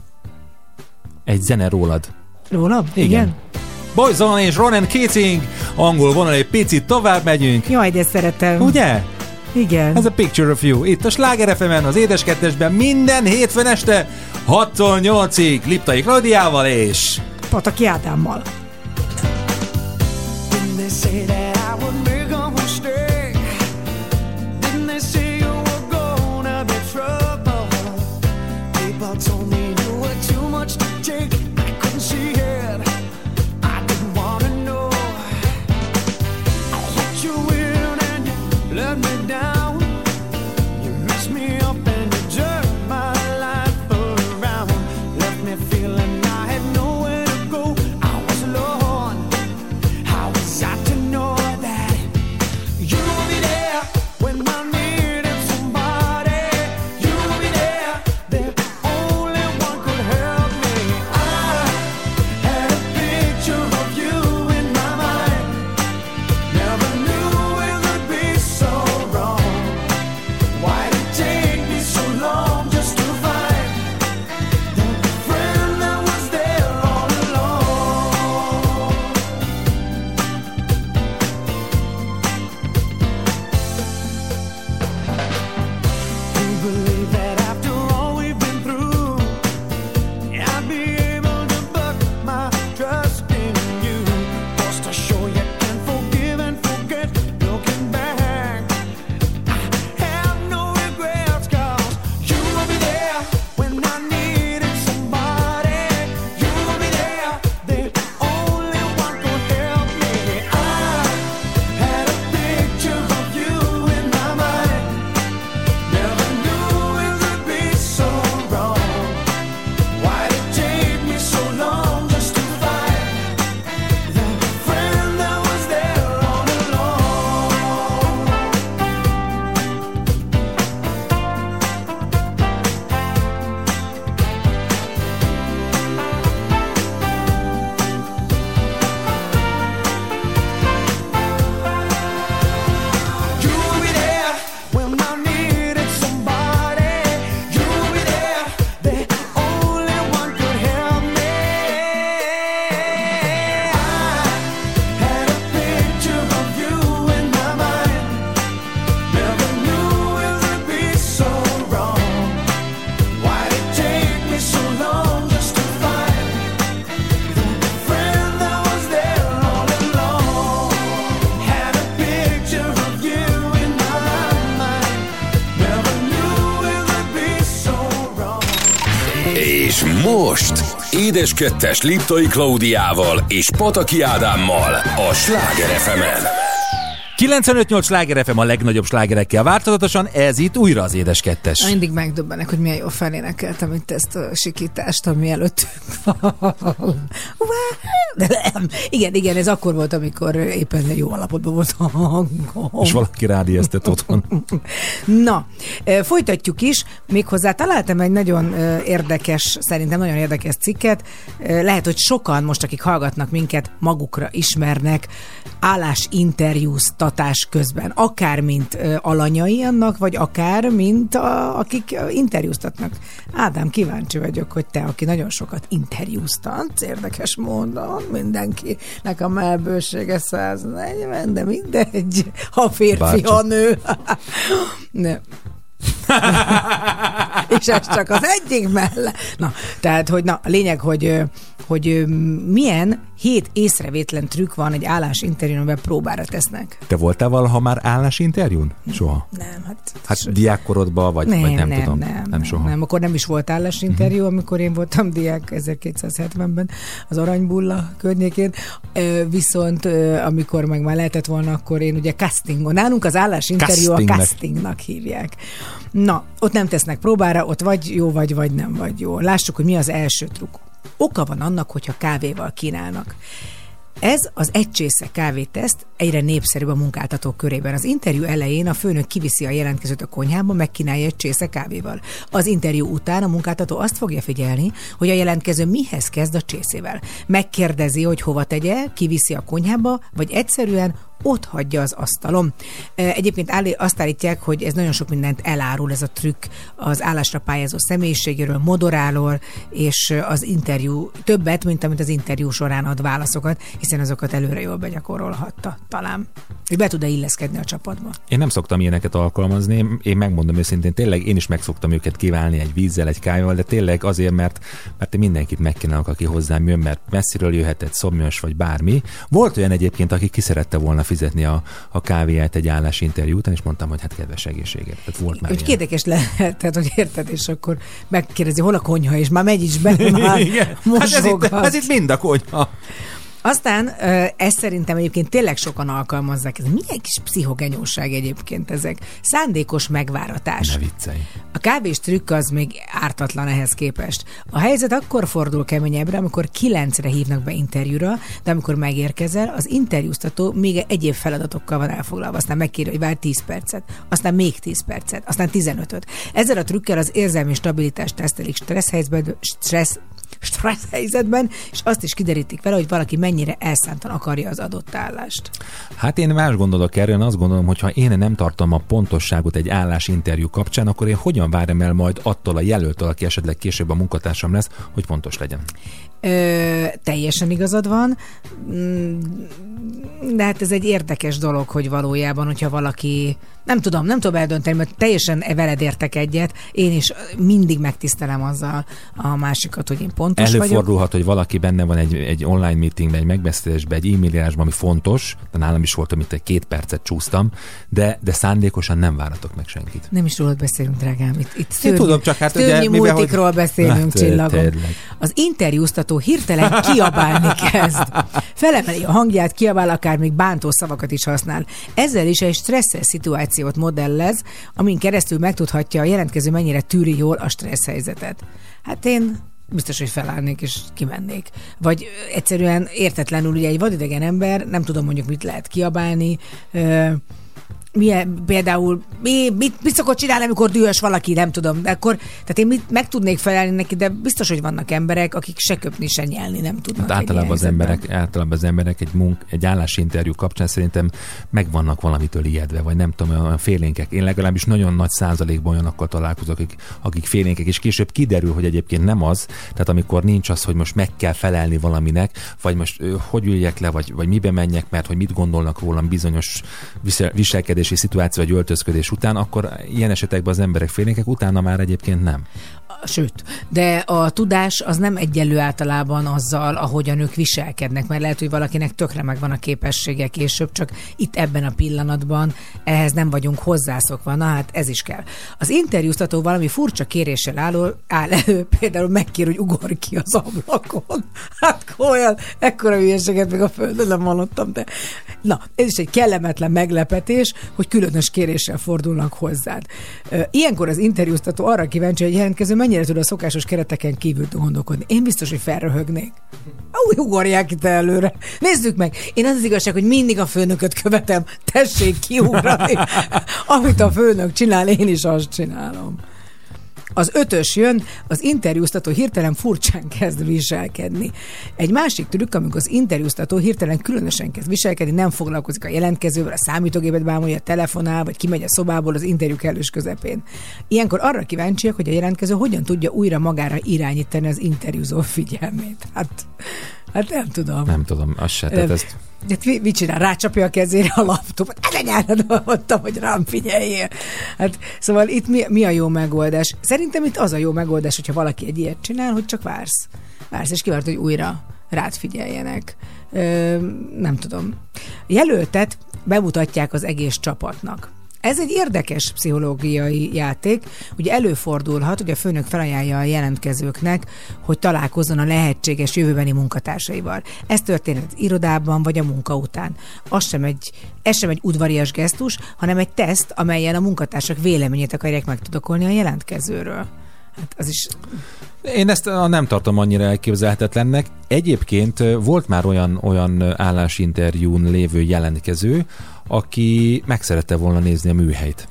Egy zene rólad. Rólam? Igen. Boyzone és Ronan Keating, angol vonal egy picit tovább megyünk. Jaj, de szeretem. Ugye? Igen. Ez a Picture of You. Itt a Sláger FM-en, az Édes Kettesben minden hétfőn este 6-tól 8-ig Liptai Klaudiával és Pataki Ádámmal. Never knew it would be so wrong. Most édeskettes Liptai Klaudiával és Pataki Ádámmal a Sláger FM-en. 95.8 Sláger FM a legnagyobb slágerekkel változatosan, ez itt újra az Édes Kettes. Mindig megdöbbenek, hogy milyen jól felénekeltem itt ezt a sikítást, ami előttünk van. De nem. Igen, ez akkor volt, amikor éppen jó állapotban volt a hangom. És valaki rádióztat otthon. Na, folytatjuk is, méghozzá találtam egy nagyon érdekes, szerintem nagyon érdekes cikket. Lehet, hogy sokan most, akik hallgatnak minket, magukra ismernek állásinterjúztatás közben. Akár mint alanyai annak, vagy akár mint akik interjúztatnak. Ádám, kíváncsi vagyok, hogy te, aki nagyon sokat interjúztatsz, érdekes módon, mindenkinek a melbősége 140, de mindegy, ha férfi, ha nő. Ne. És ez csak az egyik mellett. Na, tehát, hogy a lényeg, hogy milyen 7 észrevétlen trükk van egy állásinterjún, amiben próbára tesznek. Te voltál valaha már állásinterjún? Soha? Nem, hát diákkorodban, vagy nem tudom. Nem, soha. Nem, akkor nem is volt állásinterjú, amikor én voltam diák 1270-ben az Aranybulla környékén, viszont amikor meg már lehetett volna, akkor én ugye castingon. Nálunk az állásinterjú a castingnak hívják. Na, ott nem tesznek próbára, ott vagy jó vagy nem vagy jó. Lássuk, hogy mi az első trükk. Oka van annak, hogyha kávéval kínálnak. Ez az egy csésze kávéteszt egyre népszerűbb a munkáltatók körében. Az interjú elején a főnök kiviszi a jelentkezőt a konyhába, megkínálja egy csésze kávéval. Az interjú után a munkáltató azt fogja figyelni, hogy a jelentkező mihez kezd a csészével. Megkérdezi, hogy hova tegye, kiviszi a konyhába, vagy egyszerűen ott hagyja az asztalon. Egyébként azt állítják, hogy ez nagyon sok mindent elárul, ez a trükk az állásra pályázó személyiségéről, modorálól, és az interjú többet, mint amit az interjú során ad válaszokat, hiszen azokat előre jól begyakorolhatta talán. Hogy be tud-e illeszkedni a csapatba? Én nem szoktam ilyeneket alkalmazni, én megmondom őszintén, tényleg én is meg szoktam őket kívánni egy vízzel, egy kávéval, de tényleg azért, mert mindenkit megkínálok, aki hozzám jön, mert messziről jöhetett, szomjas vagy bármi. Volt olyan egyébként, aki ki szerette volna fizetni a kávéját egy állásinterjú után, és mondtam, hogy hát kedves egészséget. Tehát volt már. Úgy érdekes lehet, tehát, hogy érted, és akkor megkérdezi, hol a konyha, és már megy is be, már mosogat. Hát ez itt mind a konyha. Aztán ezt szerintem egyébként tényleg sokan alkalmazzák. Ez milyen kis pszichogenyóság egyébként ezek. Szándékos megváratás. Ne viccelj. A kávés trükk az még ártatlan ehhez képest. A helyzet akkor fordul keményebbre, amikor 9-re hívnak be interjúra, de amikor megérkezel, az interjúztató még egyéb feladatokkal van elfoglalva. Aztán megkéri, hogy várj 10 percet, aztán még 10 percet, aztán 15-öt. Ezzel a trükkel az érzelmi stabilitást tesztelik stressz helyzetben, és azt is kiderítik vele, hogy valaki mennyire elszántan akarja az adott állást. Hát én más gondolok erről, én azt gondolom, hogy ha én nem tartom a pontosságot egy állásinterjú kapcsán, akkor én hogyan várom el majd attól a jelöltől, aki esetleg később a munkatársam lesz, hogy pontos legyen? Teljesen igazad van, de hát ez egy érdekes dolog, hogy valójában, hogyha valaki, nem tudom eldönteni, mert teljesen veled értek egyet, én is mindig megtisztelem azzal a másikat, hogy én pontos vagyok. Előfordulhat, hogy valaki benne van egy online meetingben, egy megbeszélésben, egy e-mailírásban, ami fontos, de nálam is volt, amit 2 percet csúsztam, de szándékosan nem váratok meg senkit. Nem is rólad beszélünk, drágám. Itt szörnyi multikról beszélünk, csillagom. Az interjúztató hirtelen kiabálni kezd. Felemeli a hangját, kiabál, akár még bántó szavakat is használ. Ezzel is egy stresszes szituációt modellez, amin keresztül megtudhatja a jelentkező, mennyire tűri jól a stressz helyzetet. Hát én biztos, hogy felállnék és kimennék. Vagy egyszerűen értetlenül ugye egy vadidegen ember, nem tudom mondjuk mit lehet kiabálni, például mit szokott csinálni, amikor dühös valaki, nem tudom, de akkor, tehát én meg tudnék felelni neki, de biztos, hogy vannak emberek, akik se köpni, se nyelni nem tudnak. Hát általában az emberek egy állásinterjú kapcsán szerintem meg vannak valamitől ijedve, vagy nem tudom, olyan félénkek. Én legalábbis nagyon nagy százalékban olyanokkal találkozok, akik félénkek, és később kiderül, hogy egyébként nem az, tehát amikor nincs az, hogy most meg kell felelni valaminek, vagy most hogy üljek le, vagy mibe menjek, mert hogy mit gondolnak rólam bizonyos viselkedés viselkedési szituáció vagy öltözködés után, akkor ilyen esetekben az emberek félénkek, utána már egyébként nem. Sőt, de a tudás az nem egyenlő általában azzal, ahogyan ők viselkednek, mert lehet, hogy valakinek tökre megvan a képessége később, csak itt ebben a pillanatban ehhez nem vagyunk hozzászokva. Na hát ez is kell. Az interjúztató valami furcsa kéréssel áll elő, például megkér, hogy ugorj ki az ablakon. Hát olyan, ekkora hülyeséget még a földön nem hallottam, de na, ez is egy kellemetlen meglepetés, hogy különös kéréssel fordulnak hozzád. Ilyenkor az interjúztató arra kíváncsi, hogy jelentkező mennyire tud a szokásos kereteken kívül gondolkodni. Én biztos, hogy felröhögnék. Úgy ugorják itt előre. Nézzük meg. Én az igazság, hogy mindig a főnököt követem. Tessék kiugrani. Amit a főnök csinál, én is azt csinálom. Az 5-ös jön, az interjúztató hirtelen furcsán kezd viselkedni. Egy másik trükk, amikor az interjúztató hirtelen különösen kezd viselkedni, nem foglalkozik a jelentkezővel, a számítógépet bámulja, telefonál, vagy kimegy a szobából az interjú kellős közepén. Ilyenkor arra kíváncsiak, hogy a jelentkező hogyan tudja újra magára irányítani az interjúzó figyelmét. Hát nem tudom. Nem tudom, azt se. Tehát ezt... Mit csinál? Rácsapja a kezére a laptopot. Mondtam, hogy rám figyeljél. Hát, szóval itt mi a jó megoldás? Szerintem itt az a jó megoldás, hogyha valaki egy ilyet csinál, hogy csak vársz. Vársz, és kivárod, hogy újra rád figyeljenek. Nem tudom. Jelöltet bemutatják az egész csapatnak. Ez egy érdekes pszichológiai játék. Ugye előfordulhat, hogy a főnök felajánlja a jelentkezőknek, hogy találkozzon a lehetséges jövőbeni munkatársaival. Ez történhet az irodában, vagy a munka után. Ez sem egy udvarias gesztus, hanem egy teszt, amelyen a munkatársak véleményét akarják megtudakolni a jelentkezőről. Hát az is... Én ezt nem tartom annyira elképzelhetetlennek. Egyébként volt már olyan állásinterjún lévő jelentkező, aki meg szerette volna nézni a műhelyt.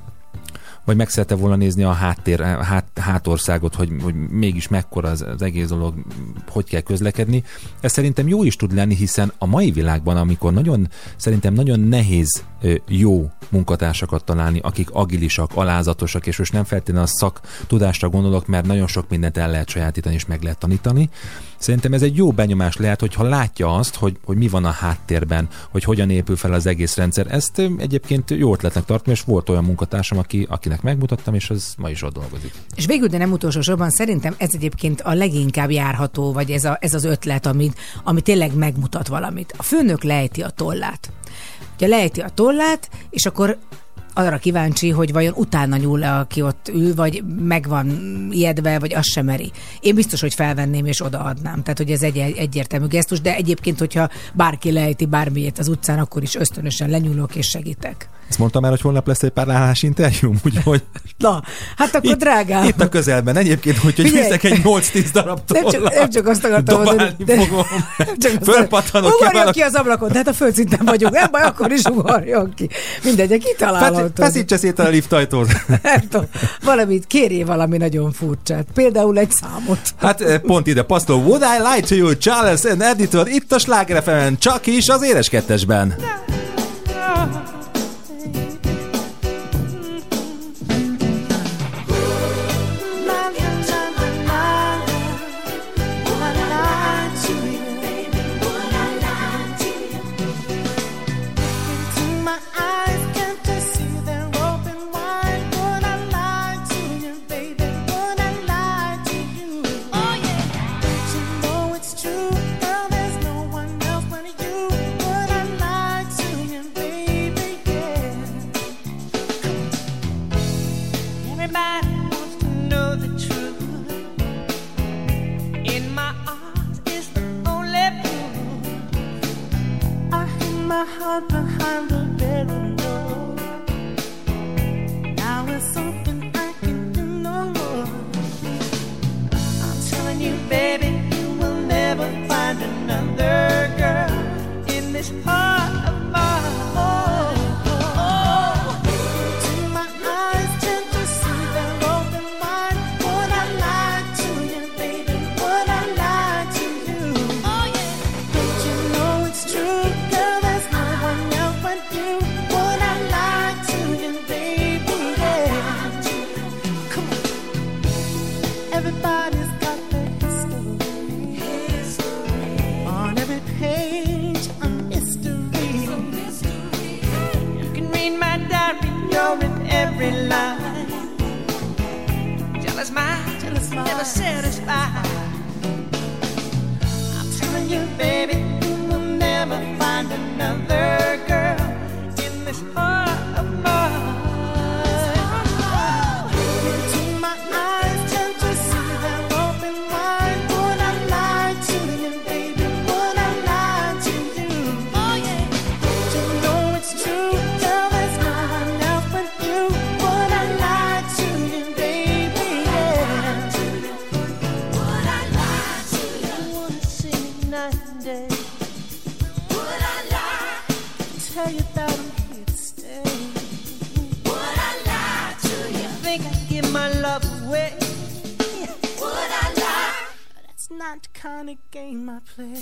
Vagy meg szerette volna nézni a hátországot, hogy mégis mekkora az egész dolog, hogy kell közlekedni. Ez szerintem jó is tud lenni, hiszen a mai világban, amikor szerintem nagyon nehéz jó munkatársakat találni, akik agilisak, alázatosak, és most nem feltétlenül a szaktudásra gondolok, mert nagyon sok mindent el lehet sajátítani és meg lehet tanítani. Szerintem ez egy jó benyomás lehet, hogyha látja azt, hogy mi van a háttérben, hogy hogyan épül fel az egész rendszer. Ezt egyébként jó ötletnek tartom, és volt olyan munkatársam, akinek megmutattam, és az ma is ott dolgozik. És végül, de nem utolsó sorban, szerintem ez egyébként a leginkább járható, vagy ez az ötlet, ami tényleg megmutat valamit. A főnök lejti a tollát. Ugye lejti a tollát, és akkor arra kíváncsi, hogy vajon utána nyúl-e, aki ott ül, vagy meg van ijedve, vagy azt sem meri. Én biztos, hogy felvenném és odaadnám. Tehát, hogy ez egy egyértelmű gesztus, de egyébként, hogyha bárki lejti bármilyet az utcán, akkor is ösztönösen lenyúlok és segítek. Ezt mondtam már, hogy holnap lesz egy pár állásinterjú, úgyhogy... Na, hát akkor drágám. Itt a közelben egyébként, úgyhogy viszek egy 8-10 darab tollát. Nem csak azt akartam mondani. Fölpattanok. Ugorjon ki az ablakon, de hát a földszinten vagyunk. Nem baj, akkor is ugorjon ki. Mindegy, kitalálhatod. Feszítse szét a liftajtót. Valamit, kérjél valami nagyon furcsát. Például egy számot. Hát pont ide passzol. Would I lie to you, Charles and Editor, itt a Sláger FM-en, csak is az Éles Kettesben. my diary, you're in every line. Jealous mind, never satisfied. I'm telling you, baby, you will never find another girl in this heart of mine. Into my eyes, can't you see they're open wide? Would I lie to you, baby? Would I lie to you? Oh yeah. You know it's true, girl, there's no one else but you. Would I lie to you, baby? Yeah. Would I lie to you? I wanna see you night and day. Would I lie? Tell you that I'm here to stay. Would I lie to you? Think I'd give my love away? Would I lie? That's not the kind of game I play.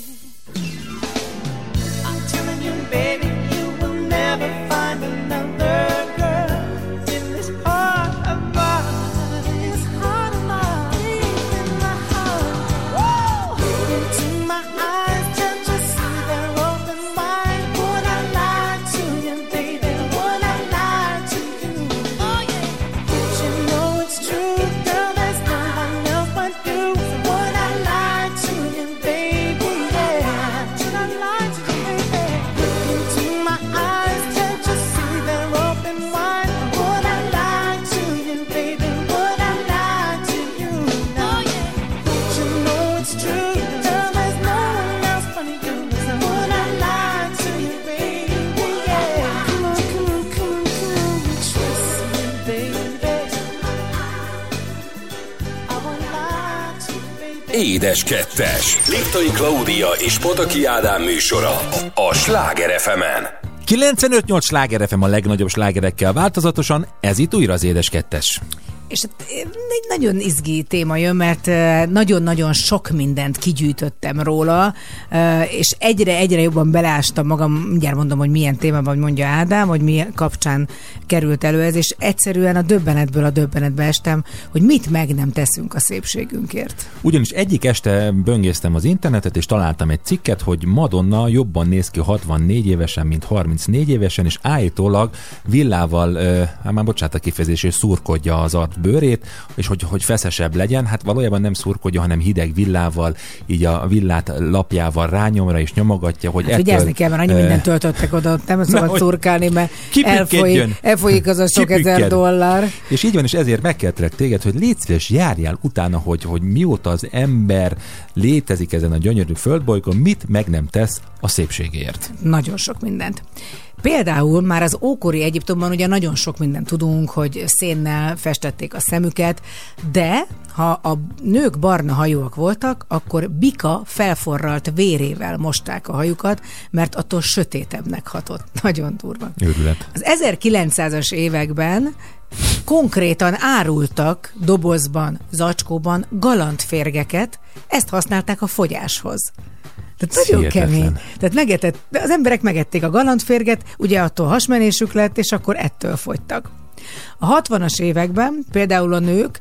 I'm telling you, baby, you will never find another girl in this heart of mine. This heart of mine, in my heart. Woo! Into my eyes, can't you see they're open wide? Would I lie to you, baby? Would I lie to you? Oh yeah. You know it's true, girl, there's no one else but you. Would I lie to you, baby? Yeah. Should I lie to you, baby? Into my eyes, can't you see they're open wide? Would I lie to you, baby? Would I lie to you? Oh yeah. You know it's true, girl, there's no one else but you. Would I lie to you, baby? Yeah. Come on, come on, come on, come on, trust me, baby. I won't lie to you, baby. Édes Kettes. Liptai Klaudia és Pataki Ádám műsora a Sláger FM-en. 95-8 Sláger FM a legnagyobb slágerekkel változatosan, ez itt újra az Édes Kettes. És egy nagyon izgi téma jön, mert nagyon-nagyon sok mindent kigyűjtöttem róla, és egyre jobban beleástam magam, mindjárt mondom, hogy milyen témában mondja Ádám, hogy mi kapcsán került elő ez, és egyszerűen a döbbenetből a döbbenetbe estem, hogy mit meg nem teszünk a szépségünkért. Ugyanis egyik este böngésztem az internetet, és találtam egy cikket, hogy Madonna jobban néz ki 64 évesen, mint 34 évesen, és állítólag villával, már bocsánat a kifejezés, szurkodja az bőrét, és hogy feszesebb legyen, hát valójában nem szurkodja, hanem hideg villával, így a villát lapjával rányomra és nyomogatja, hogy hát vigyázni kell, mert annyi mindent töltöttek oda, nem szabad szurkálni, mert elfolyik az a sok ezer dollár. És így van, és ezért megkértelek téged, hogy légy szíves, járjál utána, hogy mióta az ember létezik ezen a gyönyörű földbolygón, mit meg nem tesz a szépségért. Nagyon sok mindent. Például már az ókori Egyiptomban ugye nagyon sok mindent tudunk, hogy szénnel festették a szemüket, de ha a nők barna hajúak voltak, akkor bika felforralt vérével mosták a hajukat, mert attól sötétebbnek hatott. Nagyon durva. Őrület. Az 1900-as években konkrétan árultak dobozban, zacskóban galantférgeket, ezt használták a fogyáshoz. Tehát nagyon kemény. Tehát az emberek megették a galantférget, ugye attól hasmenésük lett, és akkor ettől fogytak. A 60-as években például a nők,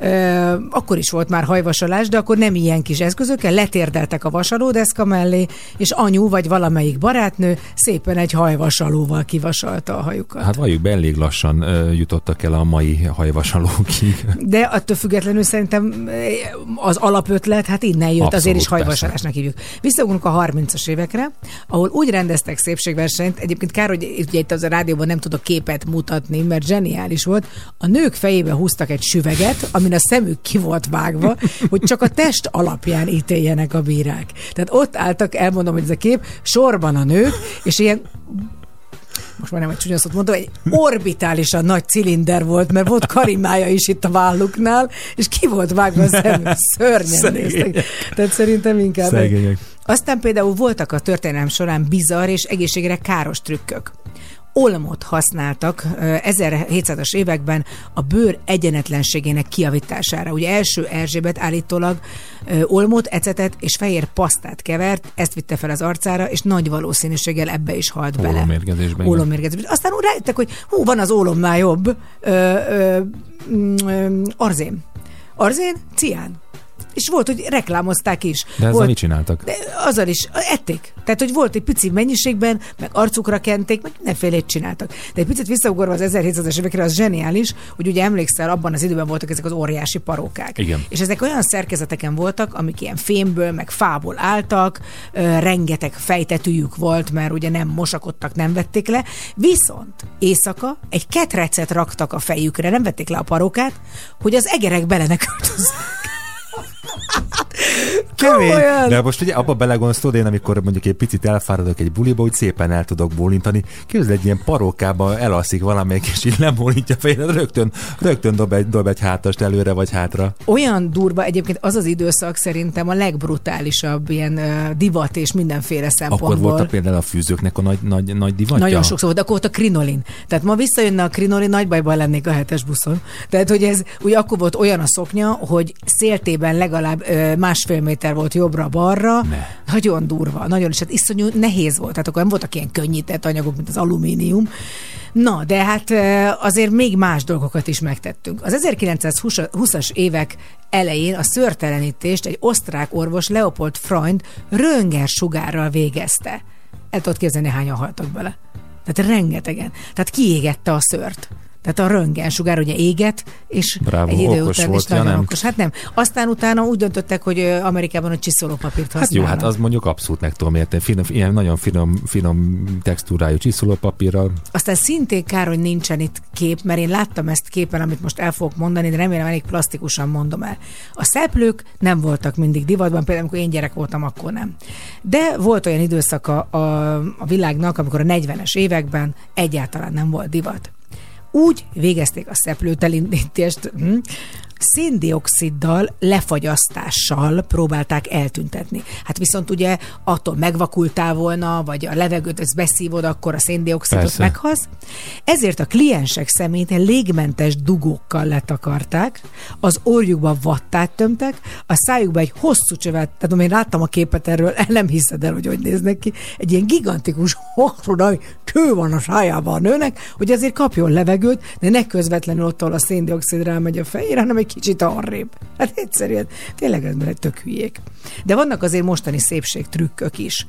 akkor is volt már hajvasalás, de akkor nem ilyen kis eszközökkel, letérdeltek a vasalódeszka mellé, és anyu vagy valamelyik barátnő szépen egy hajvasalóval kivasalta a hajukat. Hát valljuk be, elég lassan jutottak el a mai hajvasalókig. De attól függetlenül szerintem az alapötlet, hát innen jött, abszolút, azért is hajvasalásnak hívjuk. Visszaugrunk a 30-as évekre, ahol úgy rendeztek szépségversenyt, egyébként kár, hogy ugye itt az a rádióban nem tudok képet mutatni, mert zseniális volt. A nők fejébe húztak egy süveget, amin a szemük ki volt vágva, hogy csak a test alapján ítéljenek a bírák. Tehát ott álltak, elmondom, hogy ez a kép, sorban a nők, és ilyen most már nem egy csúnya szót mondom, egy orbitálisan nagy cilinder volt, mert volt karimája is itt a válluknál, és ki volt vágva a szemük. Szörnyen néztek. Tehát szerintem inkább. Szegények. Aztán például voltak a történelem során bizarr és egészségre káros trükkök. Olmot használtak 1700-as években a bőr egyenetlenségének kijavítására. Ugye első Erzsébet állítólag olmot, ecetet és fehér pasztát kevert, ezt vitte fel az arcára, és nagy valószínűséggel ebbe is halt bele. Ólomérgezésben. Aztán úgy rájöttek, hogy van az ólomnál jobb. Arzén. Arzén? Cián. És volt, hogy reklámozták is. De ezzel volt, mit csináltak? de azzal is ették. Tehát, hogy volt egy pici mennyiségben, meg arcukra kenték, meg mindenfélét csináltak. De egy picit visszaugorva az 1700-as évekre, az zseniális, hogy ugye emlékszel, abban az időben voltak ezek az óriási parókák. Igen. És ezek olyan szerkezeteken voltak, amik ilyen fémből, meg fából álltak, rengeteg fejtetűjük volt, mert ugye nem mosakodtak, nem vették le. Viszont éjszaka egy ketrecet raktak a fejükre, nem vették le a parókát, hogy az egerek bele ne költözzenek. Kemény. De most ugye abba belegondolsz, tudod, én amikor mondjuk egy picit elfáradok egy buliba, úgy szépen el tudok bólintani. Képzeld, egy ilyen parókába elalszik valamelyik, és így lebólintja fejre, rögtön dob egy hátast előre vagy hátra. Olyan durva, egyébként az az időszak szerintem a legbrutálisabb ilyen divat és mindenféle szempontból. Akkor volt a például a fűzőknek a nagy divatja? Nagyon sokszor volt, akkor volt a krinolin. Tehát ma visszajönne a krinolin, nagy bajban lennék a 7-es buszon. Tehát, hogy ez ugye akkor volt olyan a szoknya, hogy széltében legalább 1,5 méter volt jobbra-balra. Nagyon durva, nagyon is. Hát iszonyú nehéz volt. Tehát akkor nem voltak ilyen könnyített anyagok, mint az alumínium. Na, de hát azért még más dolgokat is megtettünk. Az 1920-as évek elején a szőrtelenítést egy osztrák orvos, Leopold Freund röntgensugárral végezte. El tudod képzelni, hányan haltak bele? Tehát rengetegen. Tehát kiégette a szőrt. Tehát a röntgensugár ugye éget, és bravo, egy idő okos után volt, is nagyon nem? okos. Hát nem. Aztán utána úgy döntöttek, hogy Amerikában a csiszolópapírt használnak. Hát jó, hát az mondjuk abszolút meg tudom érteni. Ilyen nagyon finom textúrájú csiszolópapírral. Aztán szintén kár, hogy nincsen itt kép, mert én láttam ezt képen, amit most el fogok mondani, de remélem elég plastikusan mondom el. A szeplők nem voltak mindig divatban, például amikor én gyerek voltam, akkor nem. De volt olyan időszaka a világnak, amikor a 40-es években egyáltalán nem volt divat. Úgy végezték a szeplőtelenítést, széndioxiddal, lefagyasztással próbálták eltüntetni. Hát viszont ugye attól megvakultál volna, vagy a levegőt ezt beszívod, akkor a széndioxidot persze meghalsz. Ezért a kliensek szemét légmentes dugókkal letakarták, az orjukba vattát tömtek, a szájukba egy hosszú csövet, tehát én láttam a képet erről, nem hiszed el, hogy néznek ki, egy ilyen gigantikus hosszú kő van a szájában a nőnek, hogy azért kapjon levegőt, de ne közvetlenül ott, ahol a széndioxid rámegy a fejére, hanem egy kicsit arrébb. Hát egyszerűen tényleg emberek tök hülyék. De vannak azért mostani szépségtrükkök is.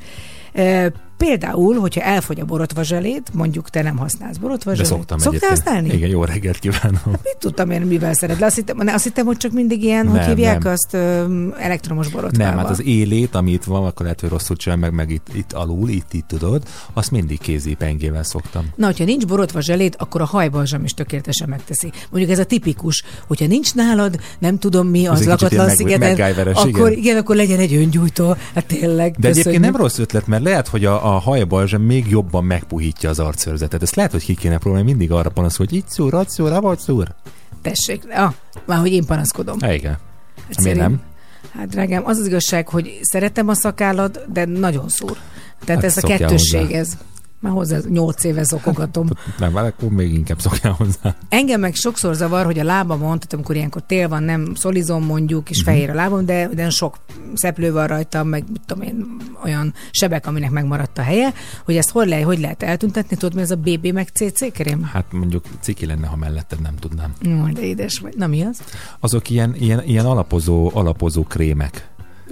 Például, hogyha elfogy a borotvazselét, mondjuk te nem használsz borotvazselét. De szoktam Szoktál használni? Igen, jó reggelt kívánom. Mit tudtam én, mivel szereted? Azt hittem, hogy csak mindig ilyen, hogy hívják azt elektromos borotvával. Nem, hát az élét, ami itt van, akkor lehet, hogy rosszul csinál, meg itt alul, itt tudod, azt mindig kézi pengével szoktam. Na, hogyha nincs borotvazselét, akkor a hajbalzsam is tökéletesen megteszi. Mondjuk ez a tipikus, hogyha nincs nálad, nem tudom mi, az lakatlan szigeten, akkor legyen egy öngyújtó. Hát tényleg. De egyébként nem rossz ötlet, mert lehet, hogy a hajbalzsam még jobban megpuhítja az arcszőrzetet. Ezt lehet, hogy ki kéne próbálni, mindig arra panaszol, hogy itt szúr, ott szúr, abba szúr. Tessék, már hogy én panaszkodom. Igen. Miért nem? Hát drágám, az igazság, hogy szeretem a szakállad, de nagyon szúr. Tehát Hát ez a kettősség, ez. Már hozzá 8 éve szokogatom. Nem, akkor még inkább szokjál hozzá. Engem meg sokszor zavar, hogy a lábamon, tehát amikor ilyenkor tél van, nem szolizom mondjuk, és fehér a lábam, de sok szeplő van rajtam, meg tudom én, olyan sebek, aminek megmaradt a helye, hogy ezt hogy lehet eltüntetni, tudod, mi ez a BB meg CC krém? Hát mondjuk ciki lenne, ha melletted nem tudnám. De édes vagy. Na mi az? Azok ilyen alapozó krémek.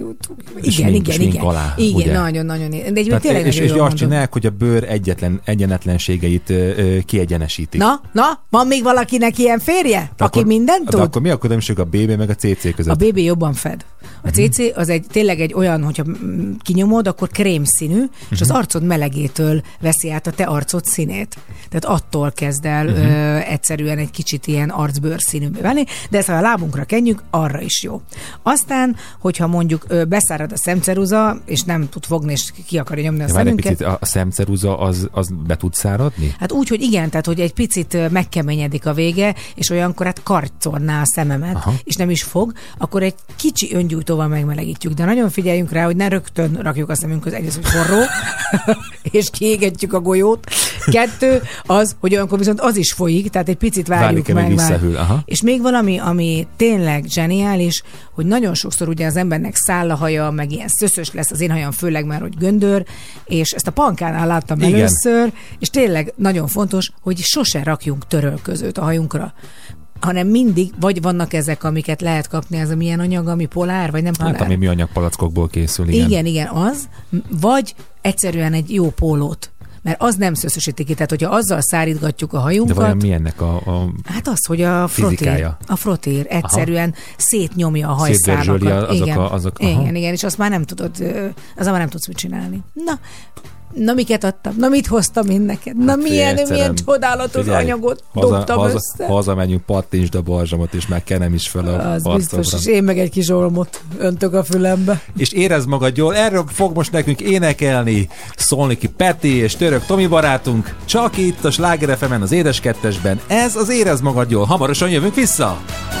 Igen. Alá, igen, ugye? nagyon. De egyébként tényleg és azt csinálják, hogy a bőr egyenetlenségeit kiegyenesítik. Na, van még valakinek ilyen férje? De aki akkor, mindent tud? De akkor mi a különbség a BB meg a CC között? A BB jobban fed. A CC az tényleg egy olyan, hogyha kinyomod, akkor krémszínű, és az arcod melegétől veszi át a te arcod színét. Tehát attól kezd el egyszerűen egy kicsit ilyen arcbőrszínűbbé válni, de ezt ha a lábunkra kenjük, arra is jó. Aztán, hogyha mondjuk beszárad a szemceruza, és nem tud fogni, és ki akarja nyomni a szemünket. Picit, a szemceruza az be tud száradni? Hát úgy, hogy igen, tehát hogy egy picit megkeményedik a vége, és olyankor hát karcolná a szememet, és nem is fog, akkor egy kicsi öngyújtóval megmelegítjük. De nagyon figyeljünk rá, hogy ne rögtön rakjuk a szemünkhöz, egyrészt, hogy forró, és kiégetjük a golyót. 2, az, hogy olyankor viszont az is folyik, tehát egy picit várjuk meg. És még valami, ami tényleg zseniális, hogy nagyon sokszor ugye az embernek száll a haja, meg ilyen szöszös lesz, az én hajam főleg már, hogy göndör, és ezt a pankánál láttam először, és tényleg nagyon fontos, hogy sose rakjunk törölközőt a hajunkra. hanem mindig, vagy vannak ezek, amiket lehet kapni, ez a milyen anyag, ami polár, vagy nem polár? Hát, ami műanyag palackokból készül, igen. Igen, az. Vagy egyszerűen egy jó pólót. Mert az nem szöszösíti ki. Tehát, hogyha azzal szárítgatjuk a hajunkat... De vajon mi ennek a Hát az, hogy a frotér egyszerűen szétnyomja a hajszálakat. Igen, és azt már nem tudod, azzal már nem tudsz mit csinálni. Na, miket adtam? Na, mit hoztam én neked? Na, milyen csodálatos anyagot dobtam össze. Hazamegyünk, pattintsd a balzsamot, és meg kenem is fel a az biztos, és én meg egy kis olmot öntök a fülembe. És érezd magad jól, erről fog most nekünk énekelni Szolnoki Peti és Török Tomi barátunk, csak itt a Sláger FM-en, az Édes Kettesben. Ez az Érezd magad jól. Hamarosan jövünk vissza!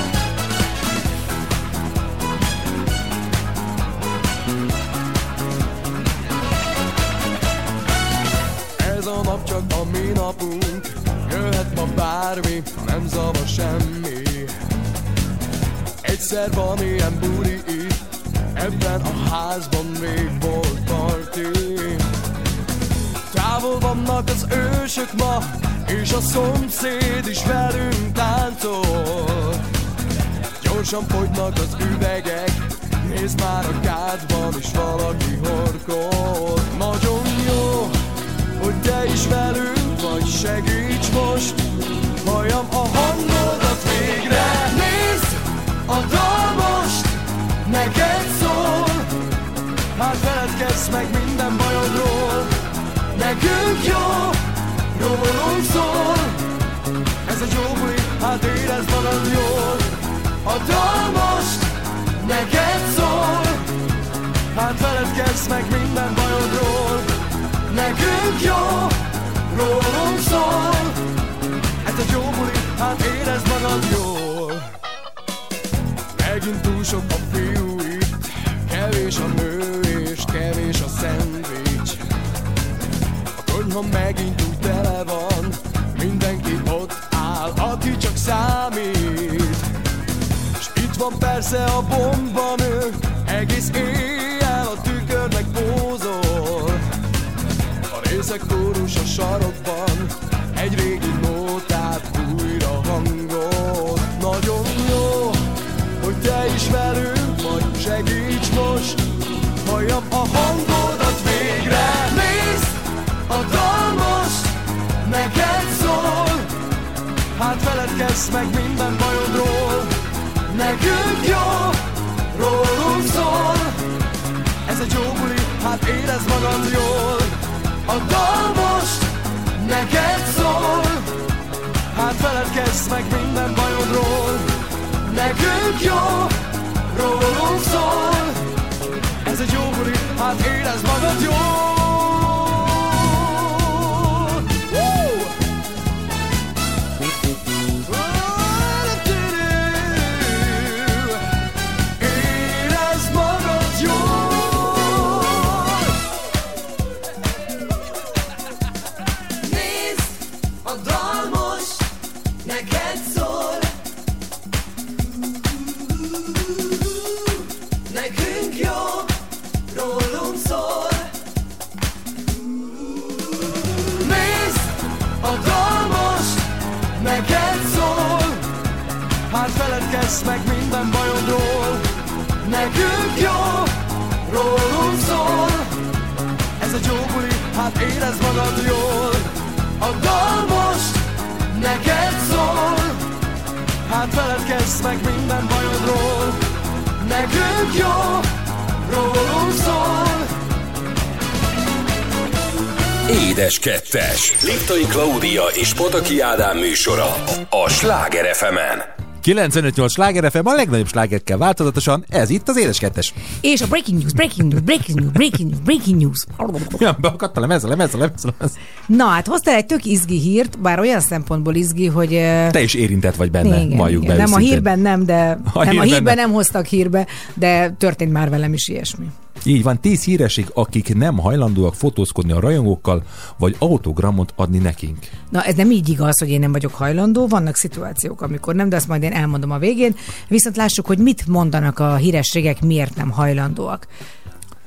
Csak a mi napunk, jöhet ma bármi, nem zavar semmi. Egyszer van ilyen buli itt, ebben a házban még volt parti. Távol vannak az ősök ma, és a szomszéd is velünk táncol. Gyorsan fogynak az üvegek, nézd már a kádban is valaki horkol. Nagyon jó, hogy te is velünk vagy, segíts most, halljam a hangodat végre. Nézd, a dal most neked szól, hát feledkezz meg minden bajodról. Nekünk jó, rólunk szól, ez egy jó buli, hát érezd magad jól. A dal most neked szól, hát feledkezz meg minden bajodról. Nekünk jó, rólunk szól, ez egy jó buli, hát érezd magad jól. Megint túl sok a fiú itt, kevés a nő és kevés a szendvics. A konyha megint úgy tele van, mindenki ott áll, aki csak számít. S itt van persze a bombanő, egész éjjel a tükörnek pózol. Részek kórus a sarokban, egy régi nótát újra hangol. Nagyon jó, hogy te is velünk vagy, segíts most, halljam a hangodat végre. Nézd, a dal most neked szól, hát feledkezz meg minden bajodról. Nekünk jó, rólunk szól, ez egy jó buli, hát érezd magad jól. A dal most neked szól, hát feledkezz meg minden bajodról. Nekünk jó, rólunk szól, ez egy jó buli, hát érezd magad jól. Érezd magad jól. A dal most neked szól, nekünk jó, rólunk szól. Nézd, a dal most neked szól, hát feledkezz meg minden bajodról. Nekünk jó, rólunk szól, ez egy jó buli, hát érezd magad jól. A dal most neked szól, hát feledkezz meg minden bajodról. Nekünk jó, rólunk szól. Édes Kettes. Liptai Klaudia és Pataki Ádám műsora a Sláger FM-en. 95.8 Sláger FM, a legnagyobb slágerekkel változatosan, ez itt az Édes Kettes. És a breaking news. Ja, beakadt a lemez. Na, hát hoztál egy tök izgi hírt, bár olyan szempontból izgi, hogy... Te is érintett vagy benne, igen, valljuk be. Nem, a hírben nem, de... A hírben nem hoztak hírbe, de történt már velem is ilyesmi. Így van, 10 híreség, akik nem hajlandóak fotózkodni a rajongókkal, vagy autogramot adni nekünk. Na, ez nem így igaz, hogy én nem vagyok hajlandó, vannak szituációk, amikor nem, de azt majd én elmondom a végén. Viszont lássuk, hogy mit mondanak a hírességek, miért nem hajlandóak.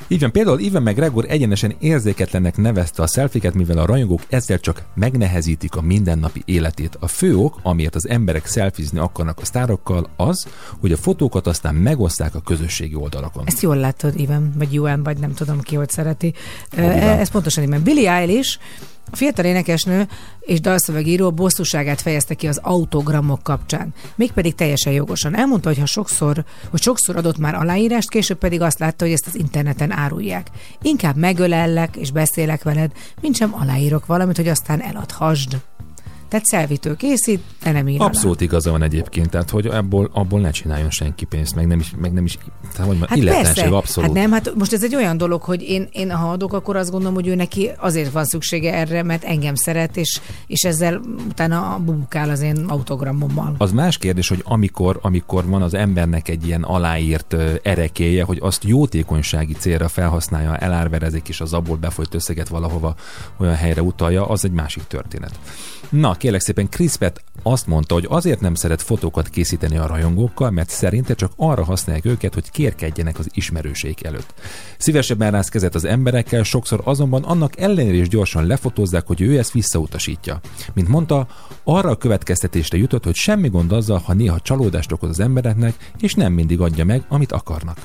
Így van, például Ewan McGregor egyenesen érzéketlennek nevezte a selfiket, mivel a rajongók ezzel csak megnehezítik a mindennapi életét. A fő ok, amiért az emberek selfizni akarnak a sztárokkal, az, hogy a fotókat aztán megoszták a közösségi oldalakon. Ezt jól látod, Ewan, vagy Ewan, vagy nem tudom ki, hogy szereti. Ez pontosan így. Billie Eilish, a fiatal énekesnő és dalszövegíró bosszúságát fejezte ki az autogramok kapcsán. Mégpedig teljesen jogosan. Elmondta, hogy sokszor adott már aláírást, később pedig azt látta, hogy ezt az interneten árulják. Inkább megölellek és beszélek veled, mint sem aláírok valamit, hogy aztán eladhassd. Tehát szelvitől készít, de nem ír Abszolút igaza van egyébként, tehát hogy abból ne csináljon senki pénzt, meg nem is tehát, hogy illetlenség abszolút. Hát nem, hát most ez egy olyan dolog, hogy én ha adok, akkor azt gondolom, hogy ő neki azért van szüksége erre, mert engem szeret, és ezzel utána bubukál az én autogramommal. Az más kérdés, hogy amikor van az embernek egy ilyen aláírt erekéje, hogy azt jótékonysági célra felhasználja, elárverezik, és az abból befolyt összeget valahova olyan helyre utalja, az egy másik történet. Na, kérlek szépen, Chris Pratt azt mondta, hogy azért nem szeret fotókat készíteni a rajongókkal, mert szerinte csak arra használják őket, hogy kérkedjenek az ismerőseik előtt. Szívesebben rázkezett az emberekkel, sokszor azonban annak ellenére is gyorsan lefotózzák, hogy ő ezt visszautasítja. Mint mondta, arra a következtetésre jutott, hogy semmi gond azzal, ha néha csalódást okoz az embereknek, és nem mindig adja meg, amit akarnak.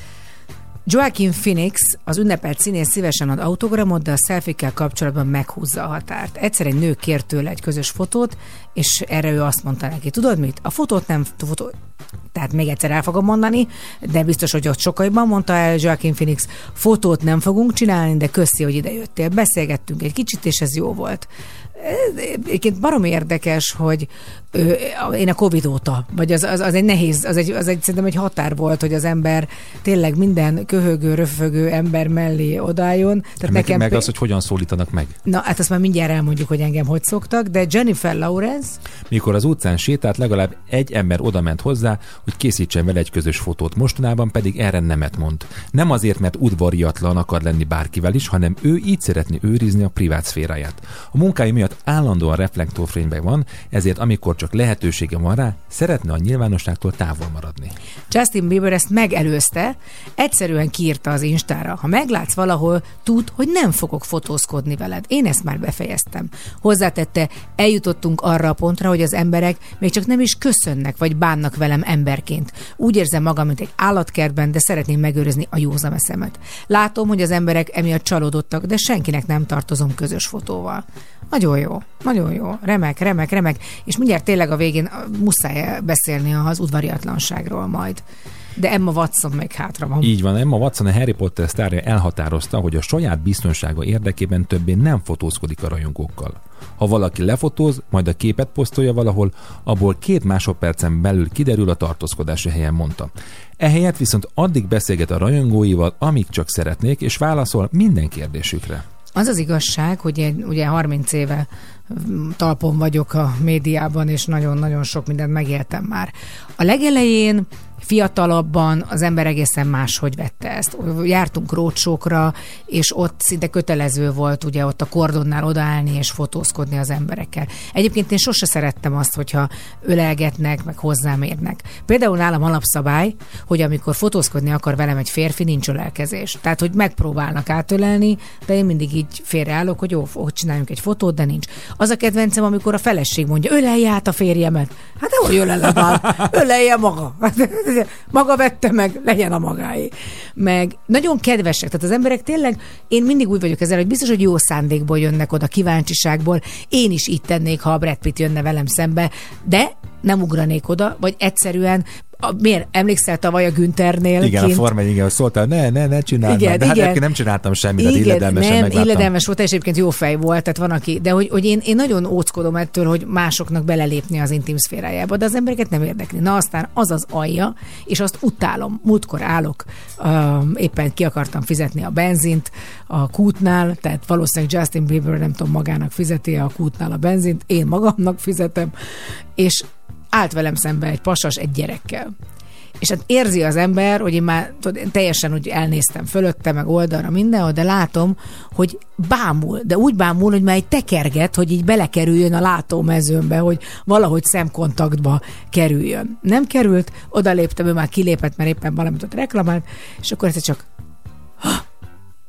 Joaquin Phoenix, az ünnepelt színész szívesen ad autogramot, de a selfie-kkel kapcsolatban meghúzza a határt. Egyszer egy nő kért tőle egy közös fotót, és erre ő azt mondta neki, tudod mit? A fotót nem... Tehát még egyszer el fogom mondani, de biztos, hogy ott sokaiban mondta el Joaquin Phoenix, fotót nem fogunk csinálni, de köszi, hogy ide jöttél. Beszélgettünk egy kicsit, és ez jó volt. Egyébként baromi érdekes, hogy én a Covid óta, vagy az egy nehéz, az egy szerintem egy határ volt, hogy az ember tényleg minden köhögő, röfögő ember mellé odálljon. Tehát meg az, hogy hogyan szólítanak meg. Na, hát azt már mindjárt elmondjuk, hogy engem hogy szoktak, de Jennifer Lawrence... Mikor az utcán sétált, legalább egy ember odament hozzá, hogy készítsen vele egy közös fotót. Mostanában pedig erre nemet mond. Nem azért, mert udvariatlan akar lenni bárkivel is, hanem ő így szeretné őrizni a privát szféráját. A munkája miatt állandóan reflektorfényben van, ezért amikor csak lehetősége van rá, szeretne a nyilvánosságtól távol maradni. Justin Bieber ezt megelőzte, egyszerűen kiírta az Instára. Ha meglátsz valahol, tudd, hogy nem fogok fotózkodni veled. Én ezt már befejeztem. Hozzátette, eljutottunk arra a pontra, hogy az emberek még csak nem is köszönnek, vagy bánnak velem emberként. Úgy érzem magam, mint egy állatkertben, de szeretném megőrizni a józan eszemet. Látom, hogy az emberek emiatt csalódottak, de senkinek nem tartozom közös fotóval. Nagyon jó, remek, és mindjárt tényleg a végén muszáj beszélni az udvariatlanságról majd. De Emma Watson meg hátra van. Így van, Emma Watson, a Harry Potter sztárja elhatározta, hogy a saját biztonsága érdekében többé nem fotózkodik a rajongókkal. Ha valaki lefotóz, majd a képet posztolja valahol, abból 2 másodpercen belül kiderül a tartózkodási helyen, mondta. Ehelyett viszont addig beszélget a rajongóival, amíg csak szeretnék, és válaszol minden kérdésükre. Az az igazság, hogy én ugye 30 éve talpon vagyok a médiában, és nagyon-nagyon sok mindent megéltem már. A legelején fiatalabban az ember egészen máshogy vette ezt. Jártunk roadshow-kra, és ott szinte kötelező volt ugye ott a kordonnál odaállni és fotózkodni az emberekkel. Egyébként én sose szerettem azt, hogyha ölelgetnek, meg hozzám érnek. Például nálam alapszabály, hogy amikor fotózkodni akar velem egy férfi, nincs ölelkezés. Tehát, hogy megpróbálnak átölelni, de én mindig így félreállok, hogy jó, csináljunk egy fotót, de nincs. Az a kedvencem, amikor a feleség mondja, ölelje át a férjemet. Hát nehogy ölelem már, ölelje maga. Maga vette meg, legyen a magáé. Meg nagyon kedvesek, tehát az emberek tényleg, én mindig úgy vagyok ezzel, hogy biztos, hogy jó szándékból jönnek oda, kíváncsiságból. Én is így tennék, ha a Brad Pitt jönne velem szembe, de nem ugranék oda, vagy egyszerűen miért? Emlékszel tavaly a Günthernél? Igen, kint? A Forma 1, igen, szóltál, ne csináld meg. De hát egyébként nem csináltam semmit, de illedelmesen megláttam. Illedelmes volt, és egyébként jó fej volt, tehát van aki, de hogy én nagyon óckodom ettől, hogy másoknak belelépni az intim szférájába, de az embereket nem érdekli. Na aztán az az alja, és azt utálom. Múltkor állok, éppen ki akartam fizetni a benzint a kútnál, tehát valószínűleg Justin Bieber nem tudom magának fizeti a kútnál a benzint, én magamnak fizetem, és állt velem szembe egy pasas egy gyerekkel. És hát érzi az ember, hogy én már teljesen úgy elnéztem fölötte, meg oldalra mindenhol, de látom, hogy bámul, de úgy bámul, hogy már egy tekerget, hogy így belekerüljön a látómezőmbe, hogy valahogy szemkontaktba kerüljön. Nem került, odaléptem, ő már kilépett, mert éppen valamit ott reklamált, és akkor egyszer csak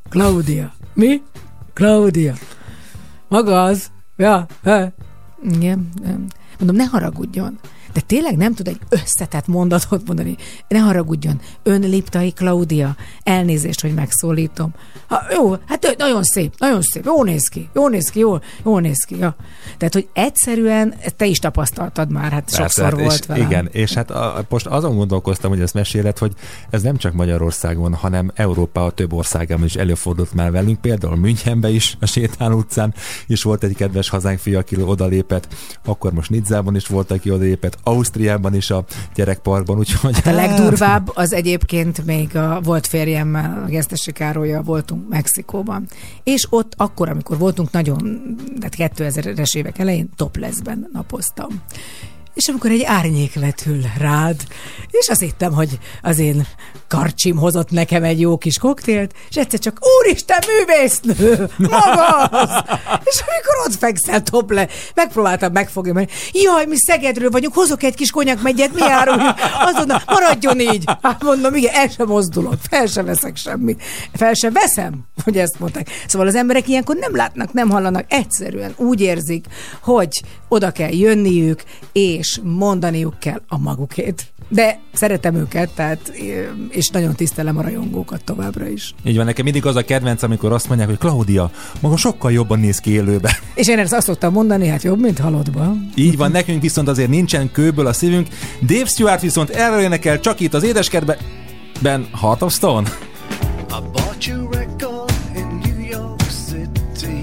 Claudia. Mi? Claudia. Maga az? Ja. Igen. Mondom, ne haragudjon. De tényleg nem tud egy összetett mondatot mondani. Ne haragudjon. Ön Liptai Claudia. Elnézést, hogy megszólítom. Jó, hát nagyon szép. Jól néz ki. Ja. Tehát, hogy egyszerűen, te is tapasztaltad már, hát sokszor volt velem. Igen, és hát most azon gondolkoztam, hogy ezt meséled, hogy ez nem csak Magyarországon, hanem Európa több országában is előfordult már velünk. Például Münchenben is, a Sétáló utcán is volt egy kedves hazánk fia, aki odalépett. Akkor most Nizzában is volt, aki odalépett. Ausztriában is a gyerekparkban, úgyhogy... A legdurvább az egyébként még a volt férjemmel, a Gesztesi Károlyjal voltunk Mexikóban. És ott akkor, amikor voltunk nagyon, tehát 2000-es évek elején toplessben napoztam. És amikor egy árnyék vetül rád, és azt hittem, hogy az én karcsim hozott nekem egy jó kis koktélt, és egyszer csak, úristen, művésznő, maga az! És amikor ott fekszel megpróbáltam megfogni, mert jaj, mi Szegedről vagyunk, hozok egy kis konyakmegyet, mi áruljuk? Azonnal, maradjon így! Hát mondom, igen, el sem mozdulok, fel sem veszek semmit. Fel sem veszem, hogy ezt mondták. Szóval az emberek ilyenkor nem látnak, nem hallanak, egyszerűen úgy érzik, hogy oda kell jönniük, és mondaniuk kell a magukét. De szeretem őket, tehát, és nagyon tisztelem a rajongókat továbbra is. Így van, nekem mindig az a kedvenc, amikor azt mondják, hogy Claudia, maga sokkal jobban néz ki élőben. És én ezt azt szoktam mondani, hát jobb, mint halottban. Így van, nekünk viszont azért nincsen kőből a szívünk. Dave Stewart viszont erről énekel csak itt az édeskertben, Heart of Stone. I bought you record in New York City,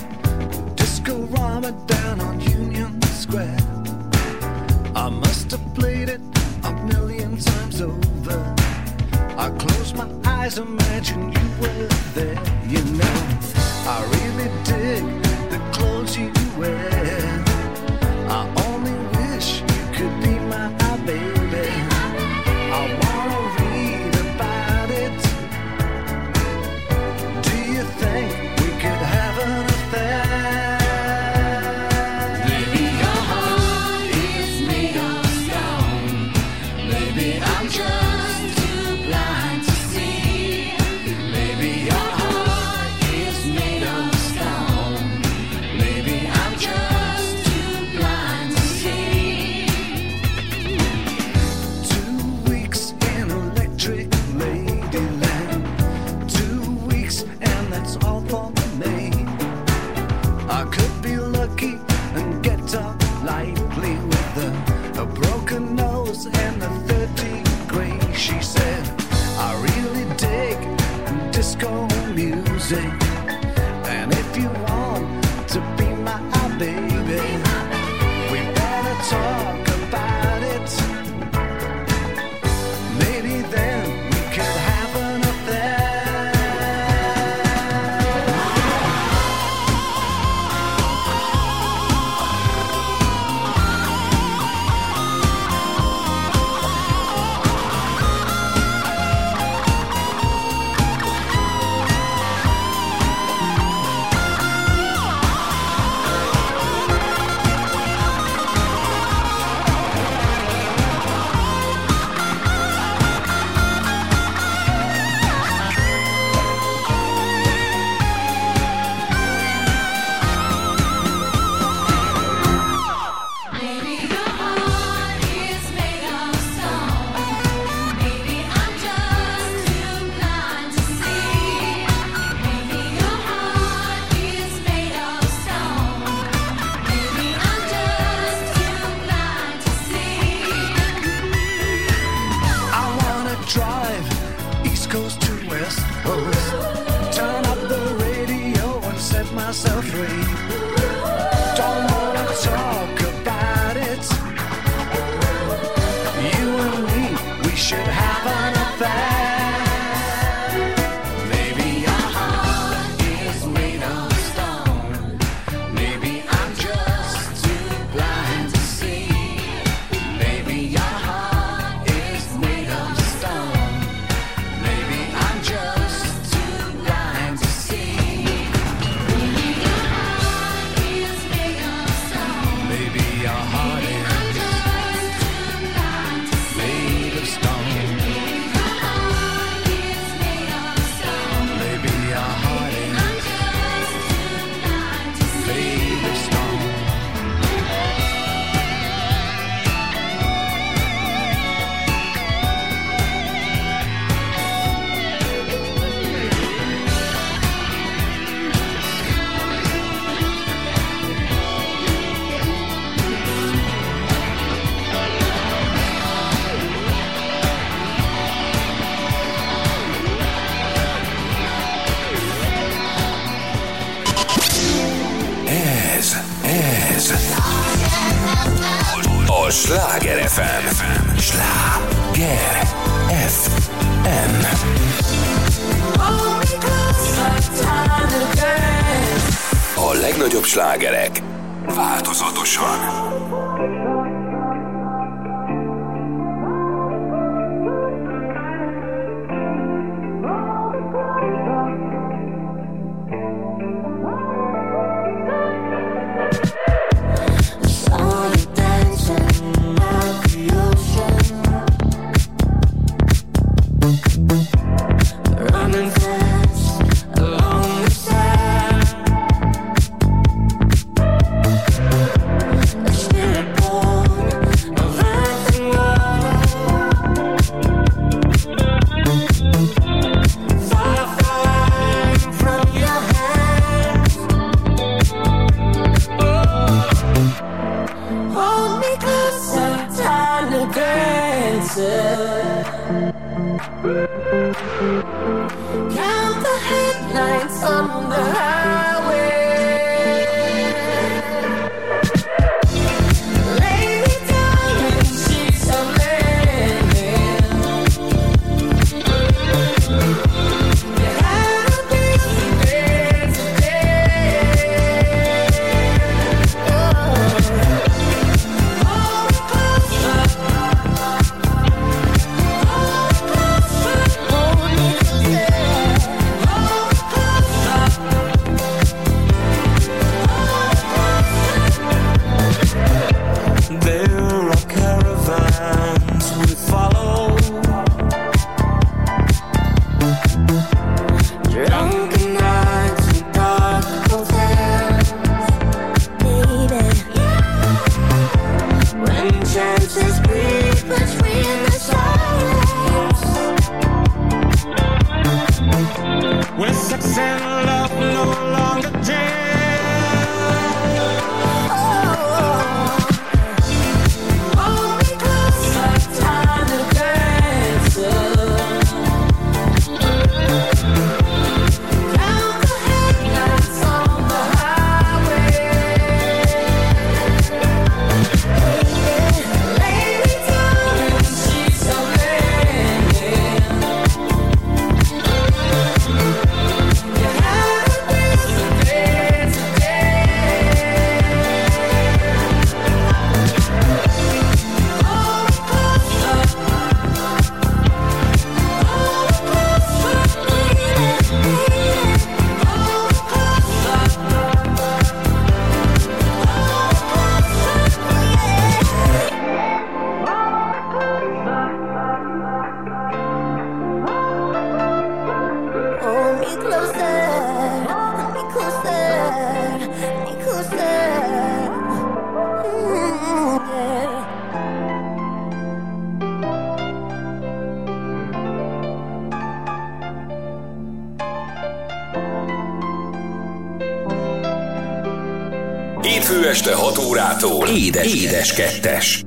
Disco-rama down on Union Square. I must have played it a million times over. I close my eyes, imagine you were there. You know, I really dig the clothes you wear. I only wish you could be my baby. I wanna read about it. Do you think we could have an affair? Baby, your heart is made of stone. Maybe I'm just too blind to see. Maybe your heart is made of stone. Maybe I'm just too blind to see. 2 weeks in Electric Ladyland. 2 weeks and that's all for me. I could be lucky and get up lightly with a broken nose and a 3rd degree. She said, I really dig disco music. And if you want to be my baby, we better talk about it. Maybe then we could have an affair. Maybe your heart is made of stone. Maybe I'm just too blind to see. Maybe your heart is made of stone. Maybe I'm just too blind to see. I wanna drive East Coast to West Coast, turn up the radio and set myself free. Don't wanna talk about it. You and me, we should have an affair. Maybe your heart is made of stone. Maybe I'm just too blind to see. Maybe your heart is made of stone. Maybe I'm just too blind to see. Maybe your heart is made of stone. Maybe your heart I'm is just too blind to see. made of stone. Your heart is made of stone. Maybe your a Sláger FM. Sláger FM. A legnagyobb slágerek változatosan. Count the headlights on the highway. Lay me down in sheets of linen. You had a busy day today. Hold me closer. There are caravans we follow, drunken nights and dark hotels, baby. When chances breathe between the silence, when sex and love no longer jail. Hétfő este 6 órától Édes Kettes.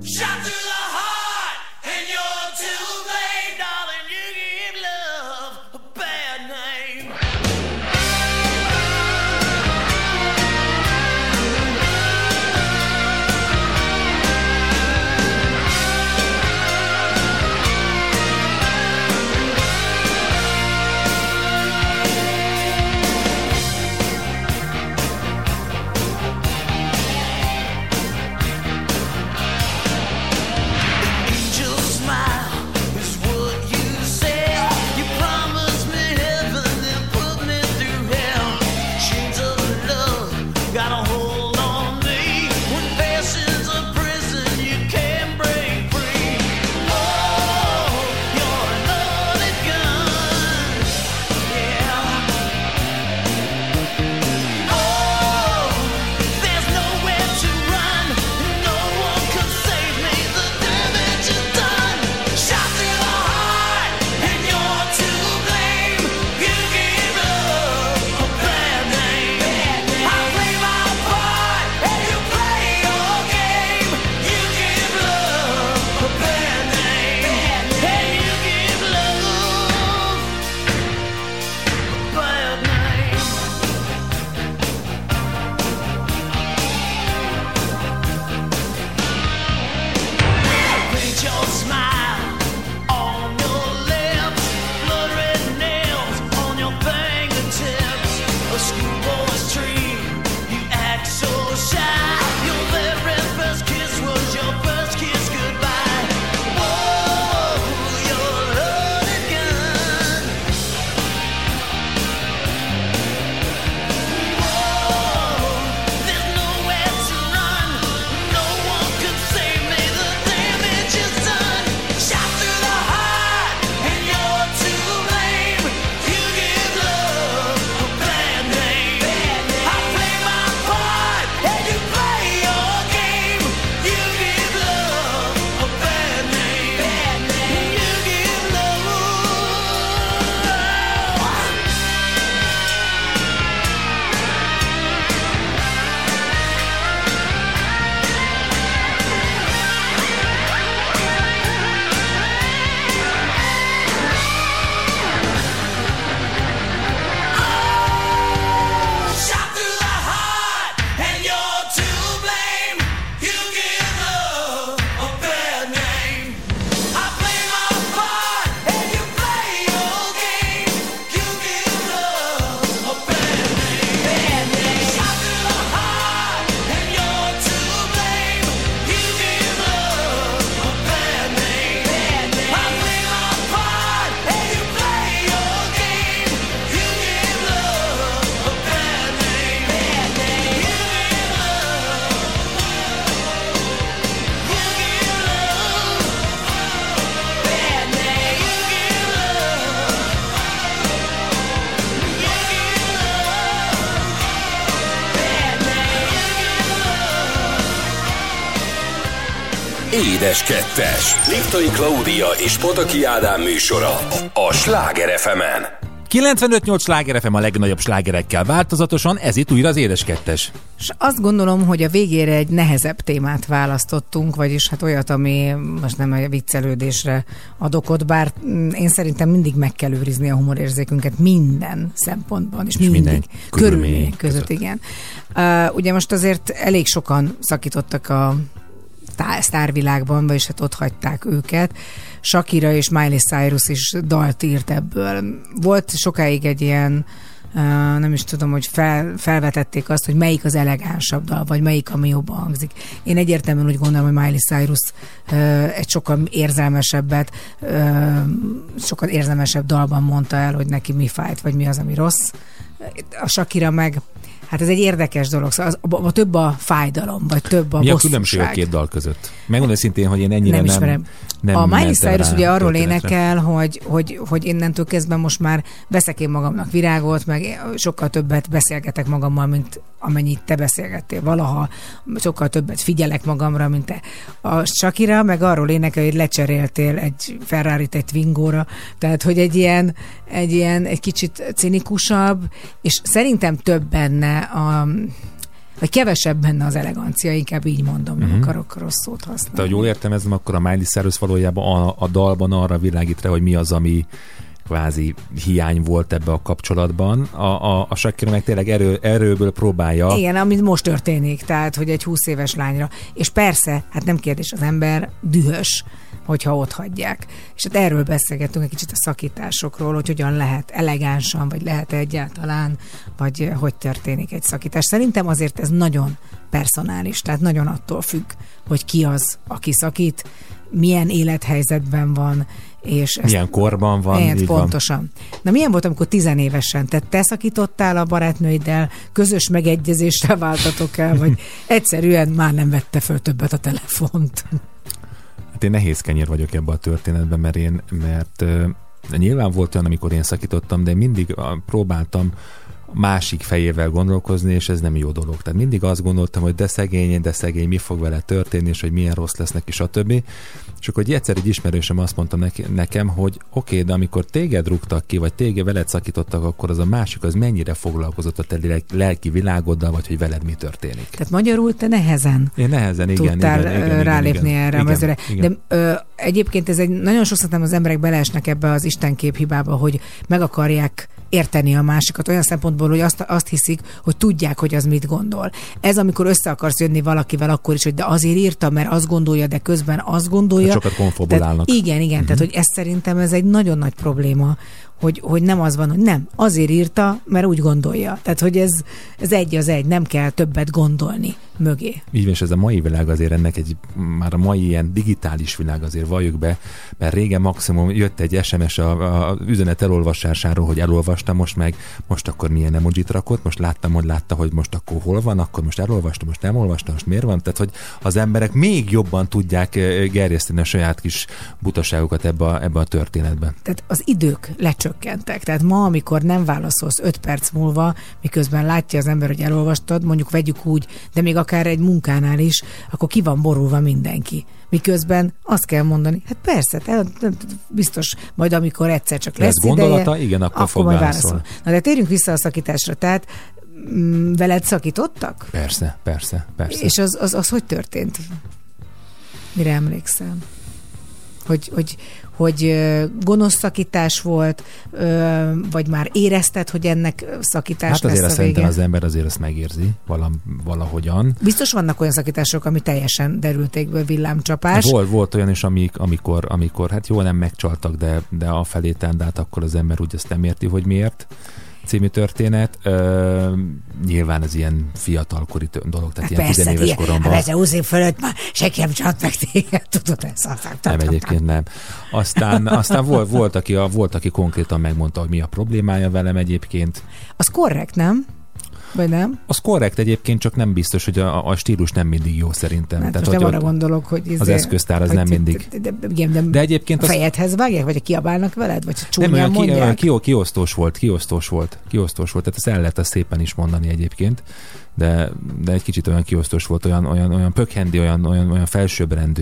Édes Kettes. Liptai Klaudia és Pataki Ádám műsora a Sláger FM-en. 95.8 Sláger FM a legnagyobb slágerekkel változatosan, ez itt újra az Édes Kettes. És azt gondolom, hogy a végére egy nehezebb témát választottunk, vagyis hát olyat, ami most nem a viccelődésre ad okot, bár én szerintem mindig meg kell őrizni a humorérzékünket minden szempontban, és minden körülmények között, igen. Ugye most azért elég sokan szakítottak a sztárvilágban, vagyis hát ott hagyták őket. Shakira és Miley Cyrus is dalt írt ebből. Volt sokáig egy ilyen, nem is tudom, hogy felvetették azt, hogy melyik az elegánsabb dal, vagy melyik, ami jobban hangzik. Én egyértelműen úgy gondolom, hogy Miley Cyrus egy sokkal érzelmesebb dalban mondta el, hogy neki mi fájt, vagy mi az, ami rossz. A Shakira meg hát ez egy érdekes dolog, szóval több a fájdalom, vagy több a bosszúság. Mi a különbség a két dal között? Megmondom szintén, hogy én ennyire nem a Miley Cyrus ugye arról énekel, hogy innentől kezdve most már veszek én magamnak virágot, meg sokkal többet beszélgetek magammal, mint amennyit te beszélgettél valaha, sokkal többet figyelek magamra, mint te. A Shakira meg arról énekel, hogy lecseréltél egy Ferrarit egy Twingóra, tehát hogy egy kicsit cinikusabb, és szerintem több benne vagy kevesebb benne az elegancia, inkább így mondom, nem akarok rossz szót használni. De, hogy jól értelmezem, akkor a Miley Cyrus valójában a dalban arra világít rá, hogy mi az, ami kvázi hiány volt ebbe a kapcsolatban. A Shakira meg tényleg erőből próbálja. Igen, amit most történik, tehát, hogy egy 20 éves lányra. És persze, hát nem kérdés, az ember dühös, hogyha ott hagyják. És hát erről beszélgetünk egy kicsit a szakításokról, hogy hogyan lehet elegánsan, vagy lehet egyáltalán, vagy hogy történik egy szakítás. Szerintem azért ez nagyon personális, tehát nagyon attól függ, hogy ki az, aki szakít, milyen élethelyzetben van, és milyen korban van. Pontosan. Van. Na milyen volt, amikor 10 évesen? Tehát te szakítottál a barátnőiddel, közös megegyezéssel váltatok el, vagy egyszerűen már nem vette föl többet a telefont? Hát én nehéz kenyér vagyok ebben a történetben, mert nyilván volt olyan, amikor én szakítottam, de mindig próbáltam másik fejével gondolkozni, és ez nem jó dolog. Tehát mindig azt gondoltam, hogy de szegény, mi fog vele történni, és hogy milyen rossz lesz neki, stb. És akkor egyszer egy ismerősöm azt mondta nekem, hogy oké, de amikor téged rúgtak ki, vagy veled szakítottak, akkor az a másik, az mennyire foglalkozott a te lelki világoddal, vagy hogy veled mi történik. Tehát magyarul te nehezen. Én nehezen, igen. Tudtál rálépni erre a mezőre. De egyébként ez nagyon sokszor az emberek beleesnek ebbe az istenkép hibába, hogy meg akarják érteni a másikat olyan szempontból, hogy azt hiszik, hogy tudják, hogy az mit gondol. Ez amikor össze akarsz jönni valakivel akkor is, hogy de azért írta, mert azt gondolja, de közben azt gondolja. Hát sokat konfabulálnak. Igen. Tehát, hogy ez szerintem ez egy nagyon nagy probléma, hogy nem az van, hogy nem, azért írta, mert úgy gondolja. Tehát, hogy ez egy az egy, nem kell többet gondolni mögé. Így van, és ez a mai világ azért ennek már a mai ilyen digitális világ azért valljuk be, mert régen maximum jött egy SMS a üzenet elolvasásáról, hogy elolvastam, most akkor milyen emojit rakott, most látta, hogy most akkor hol van, akkor most elolvastam, most nem olvastam, most miért van, tehát hogy az emberek még jobban tudják gerjeszteni a saját kis butaságukat ebbe a történetbe. Tehát az idők lecsökkentek. Tehát ma, amikor nem válaszolsz 5 perc múlva, miközben látja az ember, hogy elolvastad, mondjuk vegyük úgy, de még akár egy munkánál is, akkor ki van borulva mindenki. Miközben azt kell mondani, hát persze, biztos majd amikor egyszer csak lesz gondolata, ideje, igen, akkor fog válaszolni. Na de térjünk vissza a szakításra, tehát veled szakítottak? Persze. És az hogy történt? Mire emlékszel? Hogy gonosz szakítás volt, vagy már érezted, hogy ennek szakítás hát lesz a vége? Hát azért szerintem az ember azért ezt megérzi valahogyan. Biztos vannak olyan szakítások, ami teljesen derültékből villámcsapás. Volt olyan is, amikor hát jó, nem megcsaltak, de a felé tendált, akkor az ember úgy ezt nem érti, hogy miért. Című történet. Nyilván ez ilyen fiatalkori dolog, tehát ilyen 10 éves koromban. Hát 20 év fölött már senki nem csalt meg téged, tudod ezt. Nem, egyébként nem. Aztán volt, aki konkrétan megmondta, hogy mi a problémája velem egyébként. Az korrekt, nem? Vagy nem? Az korrekt egyébként, csak nem biztos, hogy a stílus nem mindig jó szerintem. Hát tehát, most nem arra gondolok, hogy az eszköztár az nem mindig. De egyébként a fejedhez vágják, vagy kiabálnak veled, vagy csúnyán mondják? Kiosztós volt. Tehát ezt el lehet ezt szépen is mondani egyébként, de egy kicsit olyan kiosztós volt, olyan pökhendi, olyan felsőbbrendű.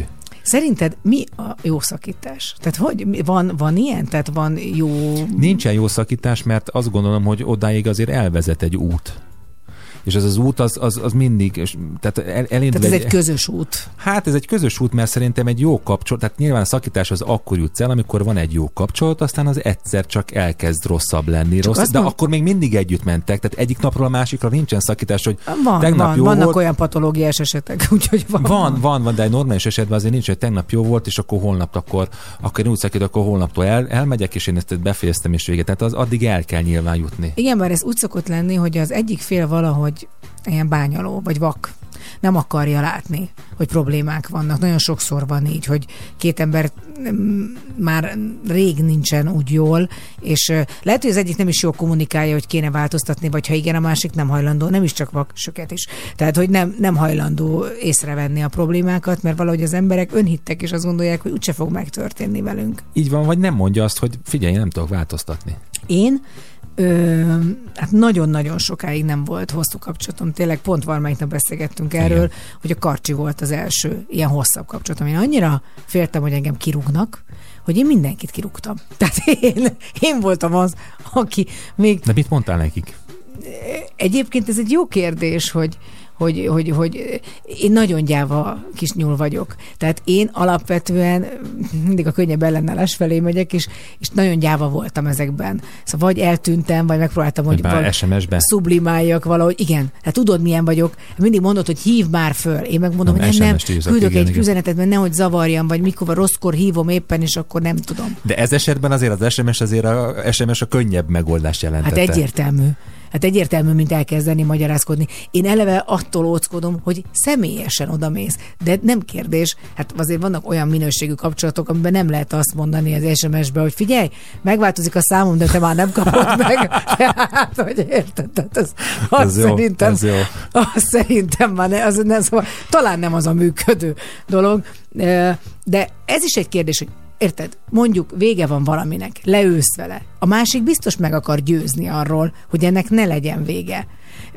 Szerinted mi a jó szakítás? Tehát hogy van ilyen? Tehát van jó... Nincsen jó szakítás, mert azt gondolom, hogy odáig azért elvezet egy út. És ez az út az mindig, tehát elindul. Tehát ez egy közös út. Hát ez egy közös út, mert szerintem egy jó kapcsolat, tehát nyilván a szakítás az akkor jutsz el, amikor van egy jó kapcsolat, aztán az egyszer csak elkezd rosszabb lenni. De akkor még mindig együtt mentek, tehát egyik napról a másikra nincsen szakítás, hogy tegnap jó vannak volt. olyan patológiás esetek, úgyhogy van, de egy normális esetben azért nincs, hogy tegnap jó volt, és akkor holnap akkor úgy szakít, akkor holnaptól elmegyek, és én ezt befejeztem, és vége. Tehát az addig el kell nyilván jutni. Igen, bár ez úgy szokott lenni, hogy az egyik fél valahogy ilyen bányaló, vagy vak. Nem akarja látni, hogy problémák vannak. Nagyon sokszor van így, hogy két ember már rég nincsen úgy jól, és lehet, hogy az egyik nem is jól kommunikálja, hogy kéne változtatni, vagy ha igen, a másik nem hajlandó, nem is csak vak, söket is. Tehát, hogy nem hajlandó észrevenni a problémákat, mert valahogy az emberek önhittek, és azt gondolják, hogy úgyse fog megtörténni velünk. Így van, vagy nem mondja azt, hogy figyelj, nem tudok változtatni. Én hát nagyon-nagyon sokáig nem volt hosszú kapcsolatom. Tényleg pont valamelyik nap beszélgettünk erről, igen, hogy a Karcsi volt az első ilyen hosszabb kapcsolatom. Én annyira féltem, hogy engem kirúgnak, hogy én mindenkit kirúgtam. Tehát én voltam az, aki még... De mit mondtál nekik? Egyébként ez egy jó kérdés, hogy én nagyon gyáva kis nyúl vagyok. Tehát én alapvetően mindig a könnyebb ellenállás felé megyek, és nagyon gyáva voltam ezekben. Szóval vagy eltűntem, vagy megpróbáltam, hogy sublimáljak valahogy. Igen, hát tudod, milyen vagyok. Mindig mondod, hogy hív már föl. Én megmondom, hogy nem, küldök egy üzenetet, mert nehogy zavarjam, vagy mikor rosszkor hívom éppen, és akkor nem tudom. De ez esetben azért az SMS a könnyebb megoldást jelentette. Hát egyértelmű. Hát egyértelmű, mint elkezdeni magyarázkodni. Én eleve attól óckodom, hogy személyesen odamész. De nem kérdés, hát azért vannak olyan minőségű kapcsolatok, amiben nem lehet azt mondani az SMS-be, hogy figyelj, megváltozik a számom, de te már nem kapod meg. Hát, hogy érted? Azt szerintem már nem, szóval, talán nem az a működő dolog. De ez is egy kérdés, hogy érted? Mondjuk vége van valaminek, leülsz vele. A másik biztos meg akar győzni arról, hogy ennek ne legyen vége.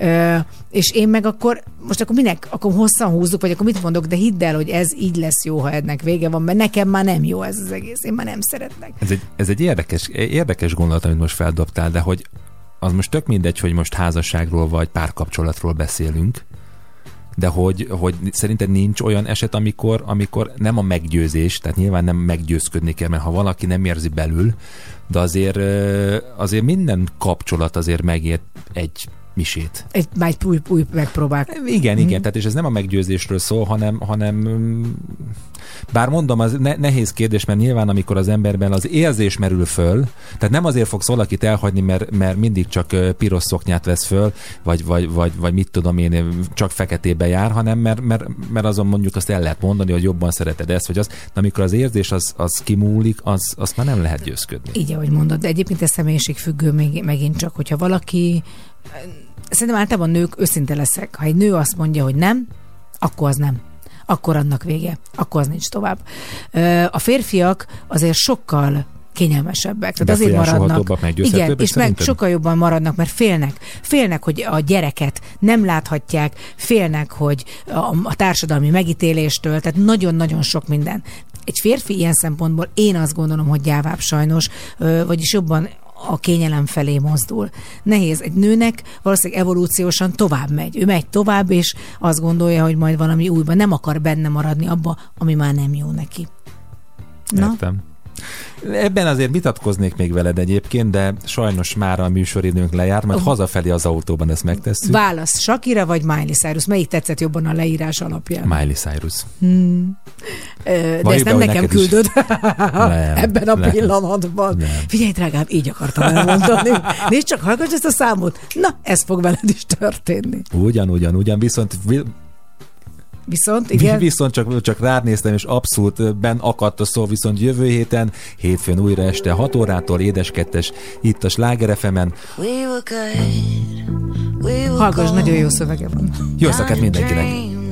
És én meg akkor minek? Akkor hosszan húzzuk, vagy akkor mit mondok, de hidd el, hogy ez így lesz jó, ha ennek vége van, mert nekem már nem jó ez az egész, én már nem szeretnek. Ez egy érdekes gondolat, amit most feldobtál, de hogy az most tök mindegy, hogy most házasságról vagy párkapcsolatról beszélünk, de hogy szerinted nincs olyan eset, amikor nem a meggyőzés, tehát nyilván nem meggyőzködni kell, mert ha valaki nem érzi belül, de azért minden kapcsolat azért megér egy misét. Egy új megpróbál. Igen, tehát és ez nem a meggyőzésről szól, hanem bár mondom, az nehéz kérdés, mert nyilván amikor az emberben az érzés merül föl, tehát nem azért fogsz valakit elhagyni, mert mindig csak piros szoknyát vesz föl, vagy mit tudom én, csak feketébe jár, hanem mert azon mondjuk azt el lehet mondani, hogy jobban szereted ezt, vagy azt, de amikor az érzés az kimúlik, azt már nem lehet győzködni. Így, ahogy mondod, de egyébként ez személyiségfüggő megint csak, hogyha valaki, szerintem általában nők, őszinte leszek, ha egy nő azt mondja, hogy nem, akkor az nem. Akkor annak vége. Akkor az nincs tovább. A férfiak azért sokkal kényelmesebbek. Tehát azért maradnak. Igen, és meg sokkal jobban maradnak, mert félnek, hogy a gyereket nem láthatják, félnek, hogy a társadalmi megítéléstől, tehát nagyon-nagyon sok minden. Egy férfi ilyen szempontból én azt gondolom, hogy gyávább sajnos, vagyis jobban a kényelem felé mozdul. Nehéz. Egy nőnek valószínűleg evolúciósan tovább megy. Ő megy tovább, és azt gondolja, hogy majd valami újban nem akar benne maradni abba, ami már nem jó neki. Na? Értem. Ebben azért vitatkoznék még veled egyébként, de sajnos már a műsoridőnk lejár, majd hazafelé az autóban ezt megtesszük. Válasz, Shakira vagy Miley Cyrus? Melyik tetszett jobban a leírás alapján? Miley Cyrus. De ezt nem nekem küldöd ebben a pillanatban. Nem. Figyelj, drágám, így akartam elmondani. Nézd csak, hallgass ezt a számot. Na, ez fog veled is történni. Ugyan, Viszont, igen. Viszont csak rád néztem, és abszolút akadt a szó, viszont jövő hétfőn újra este 6 órától édeskettes itt a Sláger FM-en. Hallgass, nagyon jó szövege van. Jó szakát mindenkinek!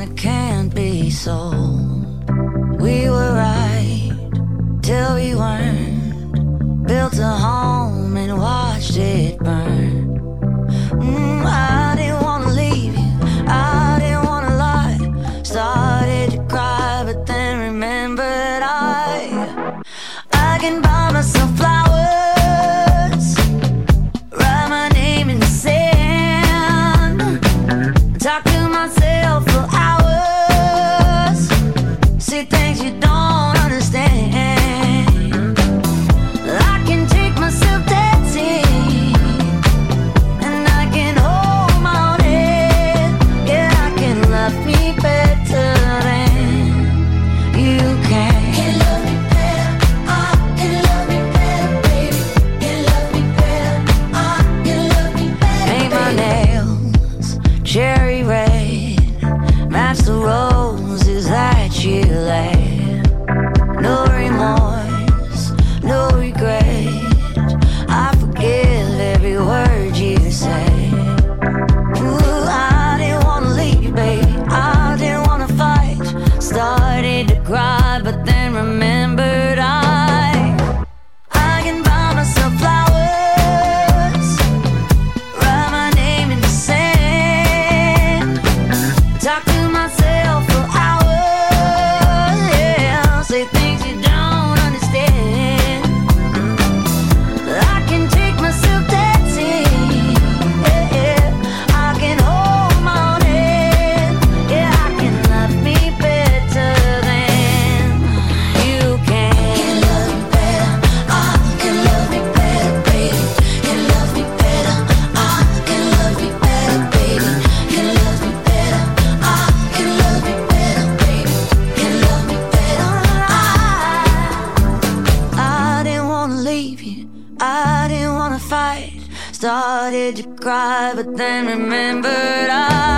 We were right till we weren't. Built a home and watched it burn. I didn't wanna leave you, I didn't wanna lie. Started to cry, but then remembered can buy myself flowers, write my name in the sand, talk to myself for hours, see things you don't understand. I can take myself dancing, and I can hold my own head. Yeah, I can love me better than you can. Can love me better, I can love me better, baby. Can love me better, I can love me better. Paint my nails cherry red, match the roses that you laid. No remorse, no regret, I forgive every word you say. Ooh, I didn't wanna leave, baby, I didn't wanna fight. Started to cry, but then remembered I can buy myself flowers, write my name in the sand, talk to myself for hours, yeah, say things you don't understand. I can take myself dancing, yeah, I can hold my own head, yeah, I can love me better than you can. Can love me better, I can love me better, baby. Can love me better, I can love me better, baby. Can love me better, I can love me better, baby. Can love me better, I didn't wanna leave you, I didn't wanna fight. Started to cry, but then remembered